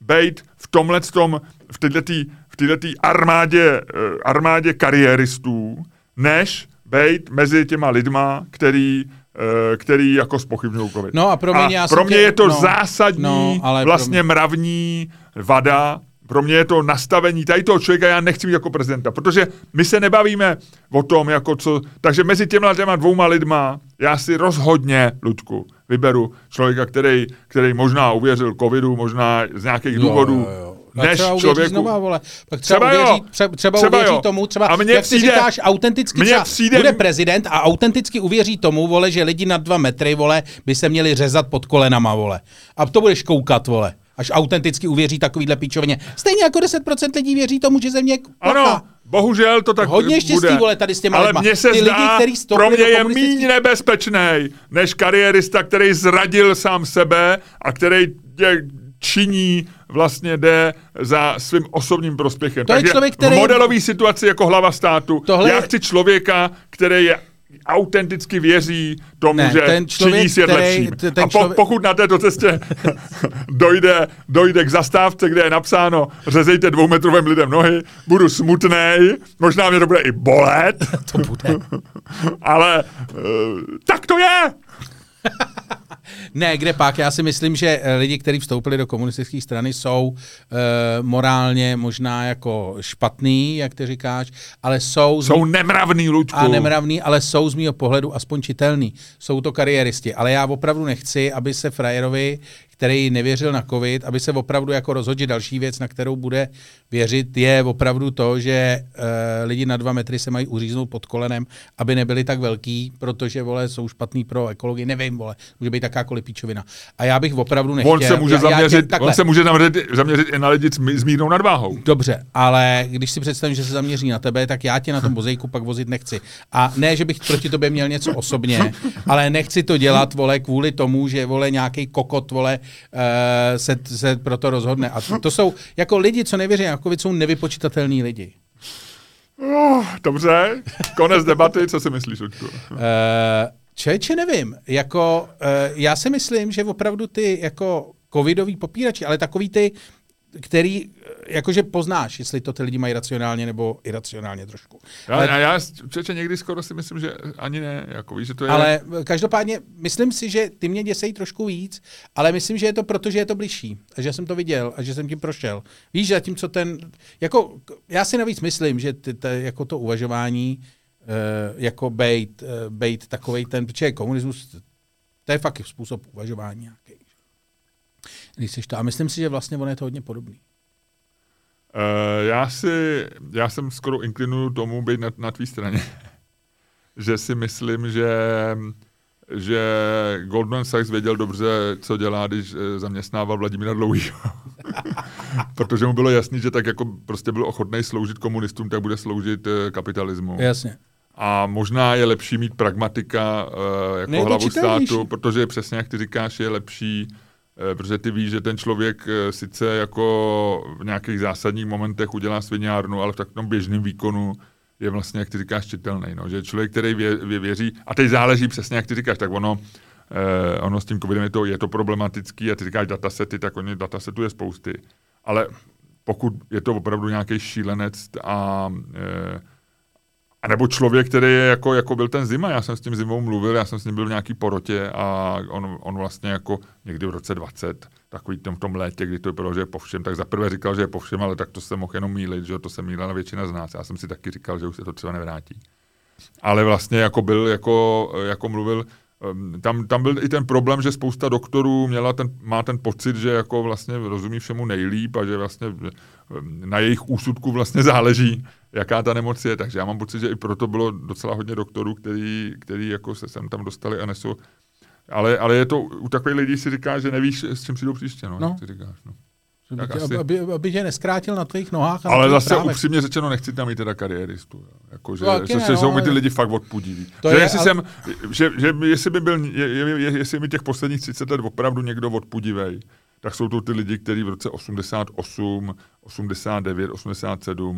bejt v tomhletom, v této v této armádě, armádě kariéristů, než bejt mezi těma lidma, který který jako zpochybňují covid. No a pro mě, a pro mě tě, je to no, zásadní, no, ale vlastně mravní vada. Pro mě je to nastavení tady toho člověka, já nechci mít jako prezidenta, protože my se nebavíme o tom, jako co, takže mezi těma těma dvouma lidma já si rozhodně, Luďku, vyberu člověka, který, který možná uvěřil covidu, možná z nějakých jo, důvodů, jo, jo. než třeba člověku. Znova, vole. Pak třeba, třeba uvěří, třeba, třeba třeba uvěří jo. tomu, třeba, a jak přijde, si říkáš, autenticky třeba přijde, bude prezident a autenticky uvěří tomu, vole, že lidi nad dva metry, vole, by se měli řezat pod kolenama, vole. A to budeš koukat, vole. Až autenticky uvěří takovýhle píčovině. Stejně jako deset procent lidí věří tomu, že země je ano, bohužel to tak hodně štěstí, bude. Vole, tady s těma ale lidma. mně se Ty zdá, lidi, pro mě je míň nebezpečnej, než kariérista, který zradil sám sebe a který je, činí, vlastně jde za svým osobním prospěchem. To Takže je člověk, který... v modelové situaci jako hlava státu, Tohle... já chci člověka, který je autenticky věří tomu, ne, že člověk, činí svět který, lepším. ten A po, člověk... pokud na této cestě dojde, dojde k zastávce, kde je napsáno řezejte dvoumetrovým lidem nohy, budu smutnej, možná mě to bude i bolet. To bude. Ale uh, tak to je! Ne, kde pak? Já si myslím, že lidi, kteří vstoupili do komunistické strany, jsou e, morálně možná jako špatný, jak ty říkáš, ale jsou... Jsou mý... nemravný, Luďku. A nemravný, ale jsou z mýho pohledu aspoň čitelný. Jsou to kariéristi, ale já opravdu nechci, aby se frajerovi, který nevěřil na covid, aby se opravdu jako rozhodl, další věc, na kterou bude věřit, je opravdu to, že e, lidi na dva metry se mají uříznout pod kolenem, aby nebyli tak velký, protože, vole, jsou špatný pro ekologii, nevím, vole, může být takákoliv píčovina. A já bych opravdu nechtěl... On se může, já, zaměřit, já tě, on se může zaměřit, zaměřit i na lidi s mírnou nadváhou. Dobře, ale když si představím, že se zaměří na tebe, tak já tě na tom vozejku pak vozit nechci. A ne, že bych proti tobě měl něco osobně, ale nechci to dělat, vole, kvůli tomu, že, vole, nějaký kokot, vole, Uh, se, se proto rozhodne. A to, to jsou, jako lidi, co nevěří na covid, jsou nevypočitatelní lidi. Oh, dobře, konec debaty, co si myslíš, Luďku? Uh, Čeče, nevím. Jako, uh, já si myslím, že opravdu ty jako covidový popírači, ale takový ty, který, jakože poznáš, jestli to ty lidi mají racionálně nebo iracionálně trošku. Já, ale, já, já čeče, někdy skoro si myslím, že ani ne, jako víš, že to je... Ale každopádně, myslím si, že ty mě děsejí trošku víc, ale myslím, že je to proto, že je to bližší a že jsem to viděl a že jsem tím prošel. Víš, zatímco ten, jako, já si navíc myslím, že ty, ty, jako to uvažování, uh, jako bejt, uh, bejt takovej ten, protože komunismus, to je fakt způsob uvažování nějaký. Když to, a myslím si, že vlastně ono je to hodně podobný. Uh, já si, já jsem skoro inklinuju tomu být na, na tvý straně. Že si myslím, že, že Goldman Sachs věděl dobře, co dělá, když zaměstnával Vladimíra Dlouhýho. Protože mu bylo jasný, že tak jako prostě byl ochotný sloužit komunistům, tak bude sloužit kapitalismu. Jasně. A možná je lepší mít pragmatika uh, jako Nejde hlavu čitelnější. státu, protože přesně jak ty říkáš, je lepší, uh, protože ty víš, že ten člověk uh, sice jako v nějakých zásadních momentech udělá sviňárnu, ale v takovém běžném výkonu je vlastně, jak ty říkáš, čitelný. No? Že člověk, který vě, vě, věří, a teď záleží přesně, jak ty říkáš, tak ono, eh, ono s tím covidem je to, je to problematický a ty říkáš datasety, tak oni datasetů je spousty. Ale pokud je to opravdu nějaký šílenec a, eh, a nebo člověk, který je jako, jako byl ten Zima, já jsem s tím Zimou mluvil, já jsem s ním byl v nějaký porotě a on, on vlastně jako někdy v roce dvacet, takový tom v tom létě, kdy to vypadalo, že je po všem, tak zaprvé říkal, že je po všem, ale tak to se mohl jenom mýlit, že to se mýlila většina z nás. Já jsem si taky říkal, že už se to třeba nevrátí. Ale vlastně jako byl, jako, jako mluvil, tam, tam byl i ten problém, že spousta doktorů měla ten, má ten pocit, že jako vlastně rozumí všemu nejlíp a že vlastně na jejich úsudku vlastně záleží, jaká ta nemoc je. Takže já mám pocit, že i proto bylo docela hodně doktorů, který, který jako se sem tam dostali a nesou. Ale, ale je to, u takových lidí si říká, že nevíš, s čím přijdou příště, no, no. Ty říkáš, no. Aby tě, aby, aby tě neskrátil na tvých nohách. A ale na zase právech. Upřímně řečeno, nechci tam mít teda kariéristu. Jako, že, no, že, ne, že no, jsou mi ty ale... lidi fakt odpudiví. Že, je, jestli ale... jsem, že, že jestli by byl, je, je, je, jestli mi těch posledních třicet let opravdu někdo odpudivej, tak jsou to ty lidi, kteří v roce osmdesát osm, osmdesát devět, osmdesát sedm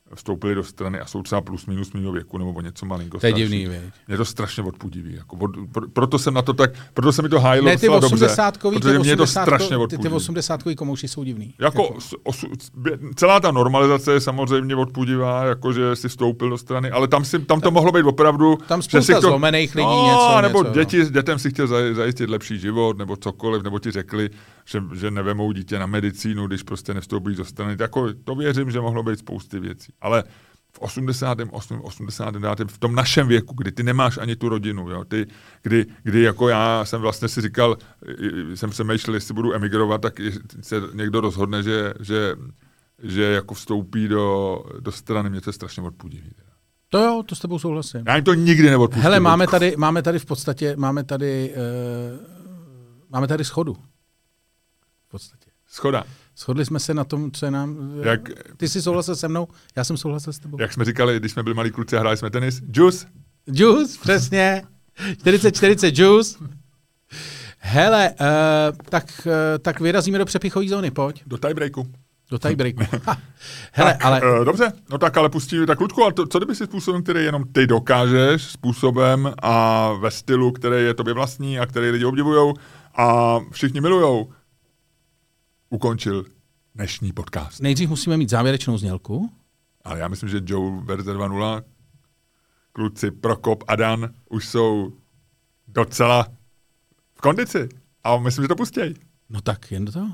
vstoupili do strany a jsou třeba plus minus mýho věku nebo o něco malinko starší. To je divný, věď. Mě to strašně odpudivý. Jako, od, pro, proto jsem na to tak, proto se mi to hájilo ne, ty docela dobře, protože mě to strašně odpudivý. Ty, ty osmdesátkový komouši jsou divný. Jako, jako. Osu, celá ta normalizace je samozřejmě odpudivá, jakože si vstoupil do strany, ale tam, si, tam to mohlo být opravdu... Tam spousta to, zlomených lidí no, něco. nebo něco, děti, no. dětem si chtěl zajistit lepší život, nebo cokoliv, nebo ti řekli, že, že nevemou dítě na medicínu, když prostě nevstoupí do strany. Jako, to věřím, že mohlo být spousty věcí. Ale v osmdesátém osmém, osmdesátém devátém v tom našem věku, kdy ty nemáš ani tu rodinu, jo, ty, kdy, kdy jako já jsem vlastně si říkal, jsem se myšlel, jestli budu emigrovat, tak se někdo rozhodne, že, že, že jako vstoupí do, do strany, mě to je strašně odpudivý. To jo, to s tebou souhlasím. Já jim to nikdy neodpustím. Hele, máme tady, máme tady v podstatě, máme tady, uh, máme tady schodu. V podstatě. Schoda. Shodli jsme se na tom, co je nám... Jak, ty jsi souhlasil se mnou, já jsem souhlasil s tebou. Jak jsme říkali, když jsme byli malí kluci a hráli jsme tenis. Juice. Juice, přesně. čtyřicet čtyřicet juice. Hele, uh, tak, uh, tak vyrazíme do přepichové zóny, pojď. Do tiebreaku. Do tiebreaku. Hele, tak, ale... Uh, dobře, no tak ale pustíme, tak Ludku, ale to, co kdyby si způsobem, který jenom ty dokážeš, způsobem a ve stylu, který je tobě vlastní a který lidi obdivujou a všichni milujou, ukončil dnešní podcast. Nejdřív musíme mít závěrečnou znělku. Ale já myslím, že Joe verze dva nula, kluci Prokop a Dan už jsou docela v kondici. A myslím, že to pustěj. No tak, jen do toho.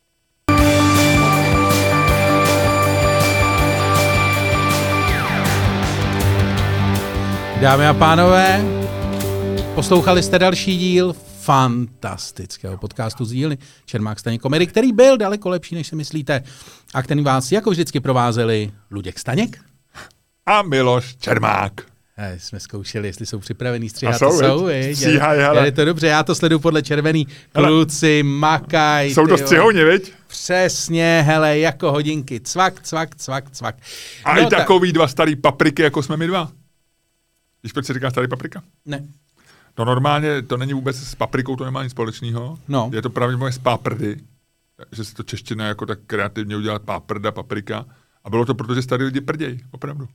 Dámy a pánové, poslouchali jste další díl fantastického podcastu z dílny Čermák Staněk Komedy, který byl daleko lepší, než si myslíte, a který vás jako vždycky provázeli Luděk Staněk a Miloš Čermák. Hej, jsme zkoušeli, jestli jsou připravený stříhat. Jsou, jsou je to dobře, já to sleduju podle červený. Kluci, makaj. Jsou to střihouni, viď? Přesně, hele, jako hodinky. Cvak, cvak, cvak, cvak. A no, i takový ta... dva starý papriky, jako jsme my dva. Víš, proč se říká starý paprika? Ne. No normálně to není vůbec s paprikou, to nemá nic společného. No. Je to pravděpodobně z páprdy, že se to čeština jako tak kreativně udělat páprda, paprika. A bylo to proto, že starý lidi prděj, opravdu.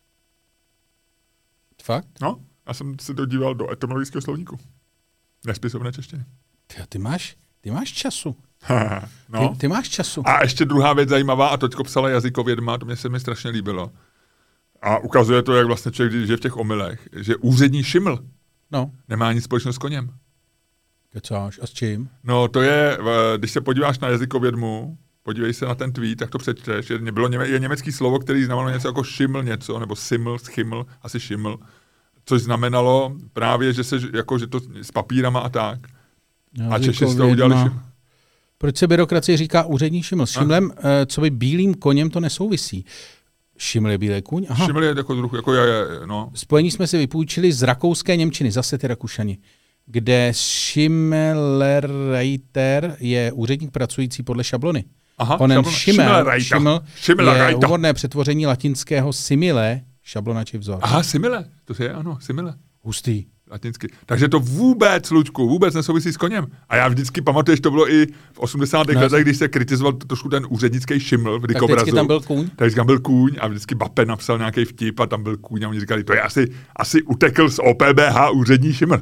Fakt? No, já jsem se dodíval do etymologického slovníku. Nespisovné češtiny. Ty, ty máš, ty máš času. no. ty, ty máš času. A ještě druhá věc zajímavá, a točko psala jazykovědma, to mě se mi strašně líbilo. A ukazuje to, jak vlastně člověk žije v těch omylech, že úřední šiml no. nemá nic společného s koněm. Kecáš, a s čím? No to je, když se podíváš na jazykovědmu, podívej se na ten tweet, tak to přečteš. Je, bylo něme, je německý slovo, který znamenalo něco jako šiml něco, nebo siml, schiml, asi šiml, což znamenalo právě, že se jako, že to s papírama a tak. A Češi z toho udělali šiml. Proč se byrokracie říká úřední šiml? S šimlem, uh, co by bílým koněm, to nesouvisí. Šiml je bílý kůň? Aha. Šiml je jako druh, jako je, je, no. Spojení jsme si vypůjčili z rakouské němčiny, zase ty Rakušani, kde Schimmelreiter je úředník pracující podle šablony. Aha, Onen Schimmel, Schimmel je úvodné přetvoření latinského simile, šablona či vzor. Aha, simile, to je ano, simile. Hustý. Latinsky. Takže to vůbec, Luďku, vůbec nesouvisí s koněm. A já vždycky pamatuju, že to bylo i v osmdesátých letech, když se kritizoval trošku ten úřednický šiml v dikobrazu. Tak vždycky tam byl kůň? Tak vždycky tam byl kůň a vždycky Bape napsal nějaký vtip a tam byl kůň a oni říkali, to je asi, asi utekl z O P B H úřední šiml.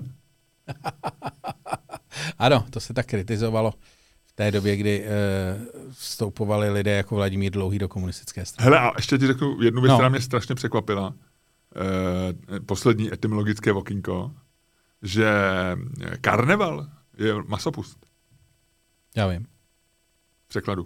Ano, to se tak kritizovalo v té době, kdy e, vstoupovali lidé jako Vladimír Dlouhý do komunistické strany. Hele, a ještě ti řeknu jednu věc, no. která mě strašně překvapila. E, poslední etymologické okýnko, že karneval je masopust. Já vím. V překladu.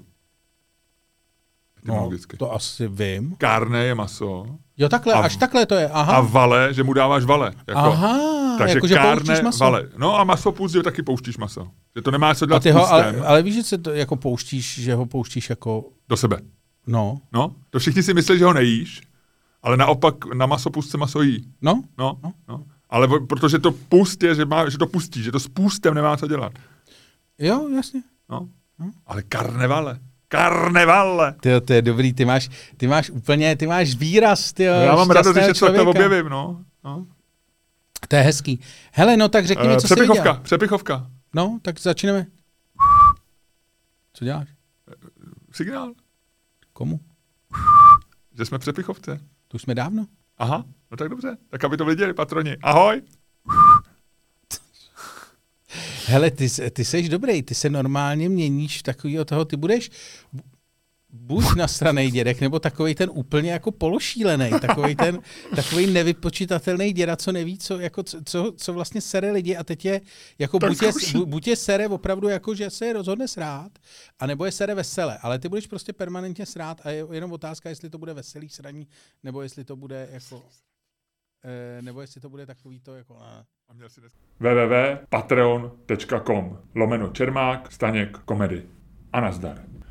No, to asi vím. Kárne je maso. Jo, takhle, a, až takhle to je. Aha. A vale, že mu dáváš vale. Jako, Aha, takže jako, že pouštíš maso. Vale. No a masopust, že taky pouštíš maso. Že to nemá co dělat ty s ho, ale, ale víš, že se to jako pouštíš, že ho pouštíš jako... Do sebe. No. No, to všichni si myslí, že ho nejíš, ale naopak na masopust se maso jí. No. No, no. no. Ale protože to pust je, že, má, že to pustí, že to s pustem nemá co dělat. Jo, jasně. No. no. Ale karnevale. Karnevale. Tyjo, to je dobrý, ty máš, ty máš úplně, ty máš výraz, tyjo, no, já mám radost, že to člověka. objevím, no. no. To je hezký. Hele, no tak řekni mi, uh, co přepichovka, jsi viděl. Přepichovka. No, tak začneme. Co děláš? Signál. Komu? Že jsme přepichovce. To už jsme dávno. Aha, no tak dobře. Tak aby to viděli patroni. Ahoj. Hele, ty, ty seš dobrý, ty se normálně měníš v takovýho toho, ty budeš buď nasranej dědek, nebo takovej ten úplně jako pološílený, takovej ten takovej nevypočitatelný děda, co neví, co, jako, co, co vlastně sere lidi a teď je, jako buď je, buď je sere opravdu jako, že se je rozhodne srát, anebo je sere vesele, ale ty budeš prostě permanentně srát a je jenom otázka, jestli to bude veselý sraní, nebo jestli to bude jako, eh, nebo jestli to bude takový to jako... w w w tečka patreon tečka com lomeno Čermák Staněk komedy. A nazdar.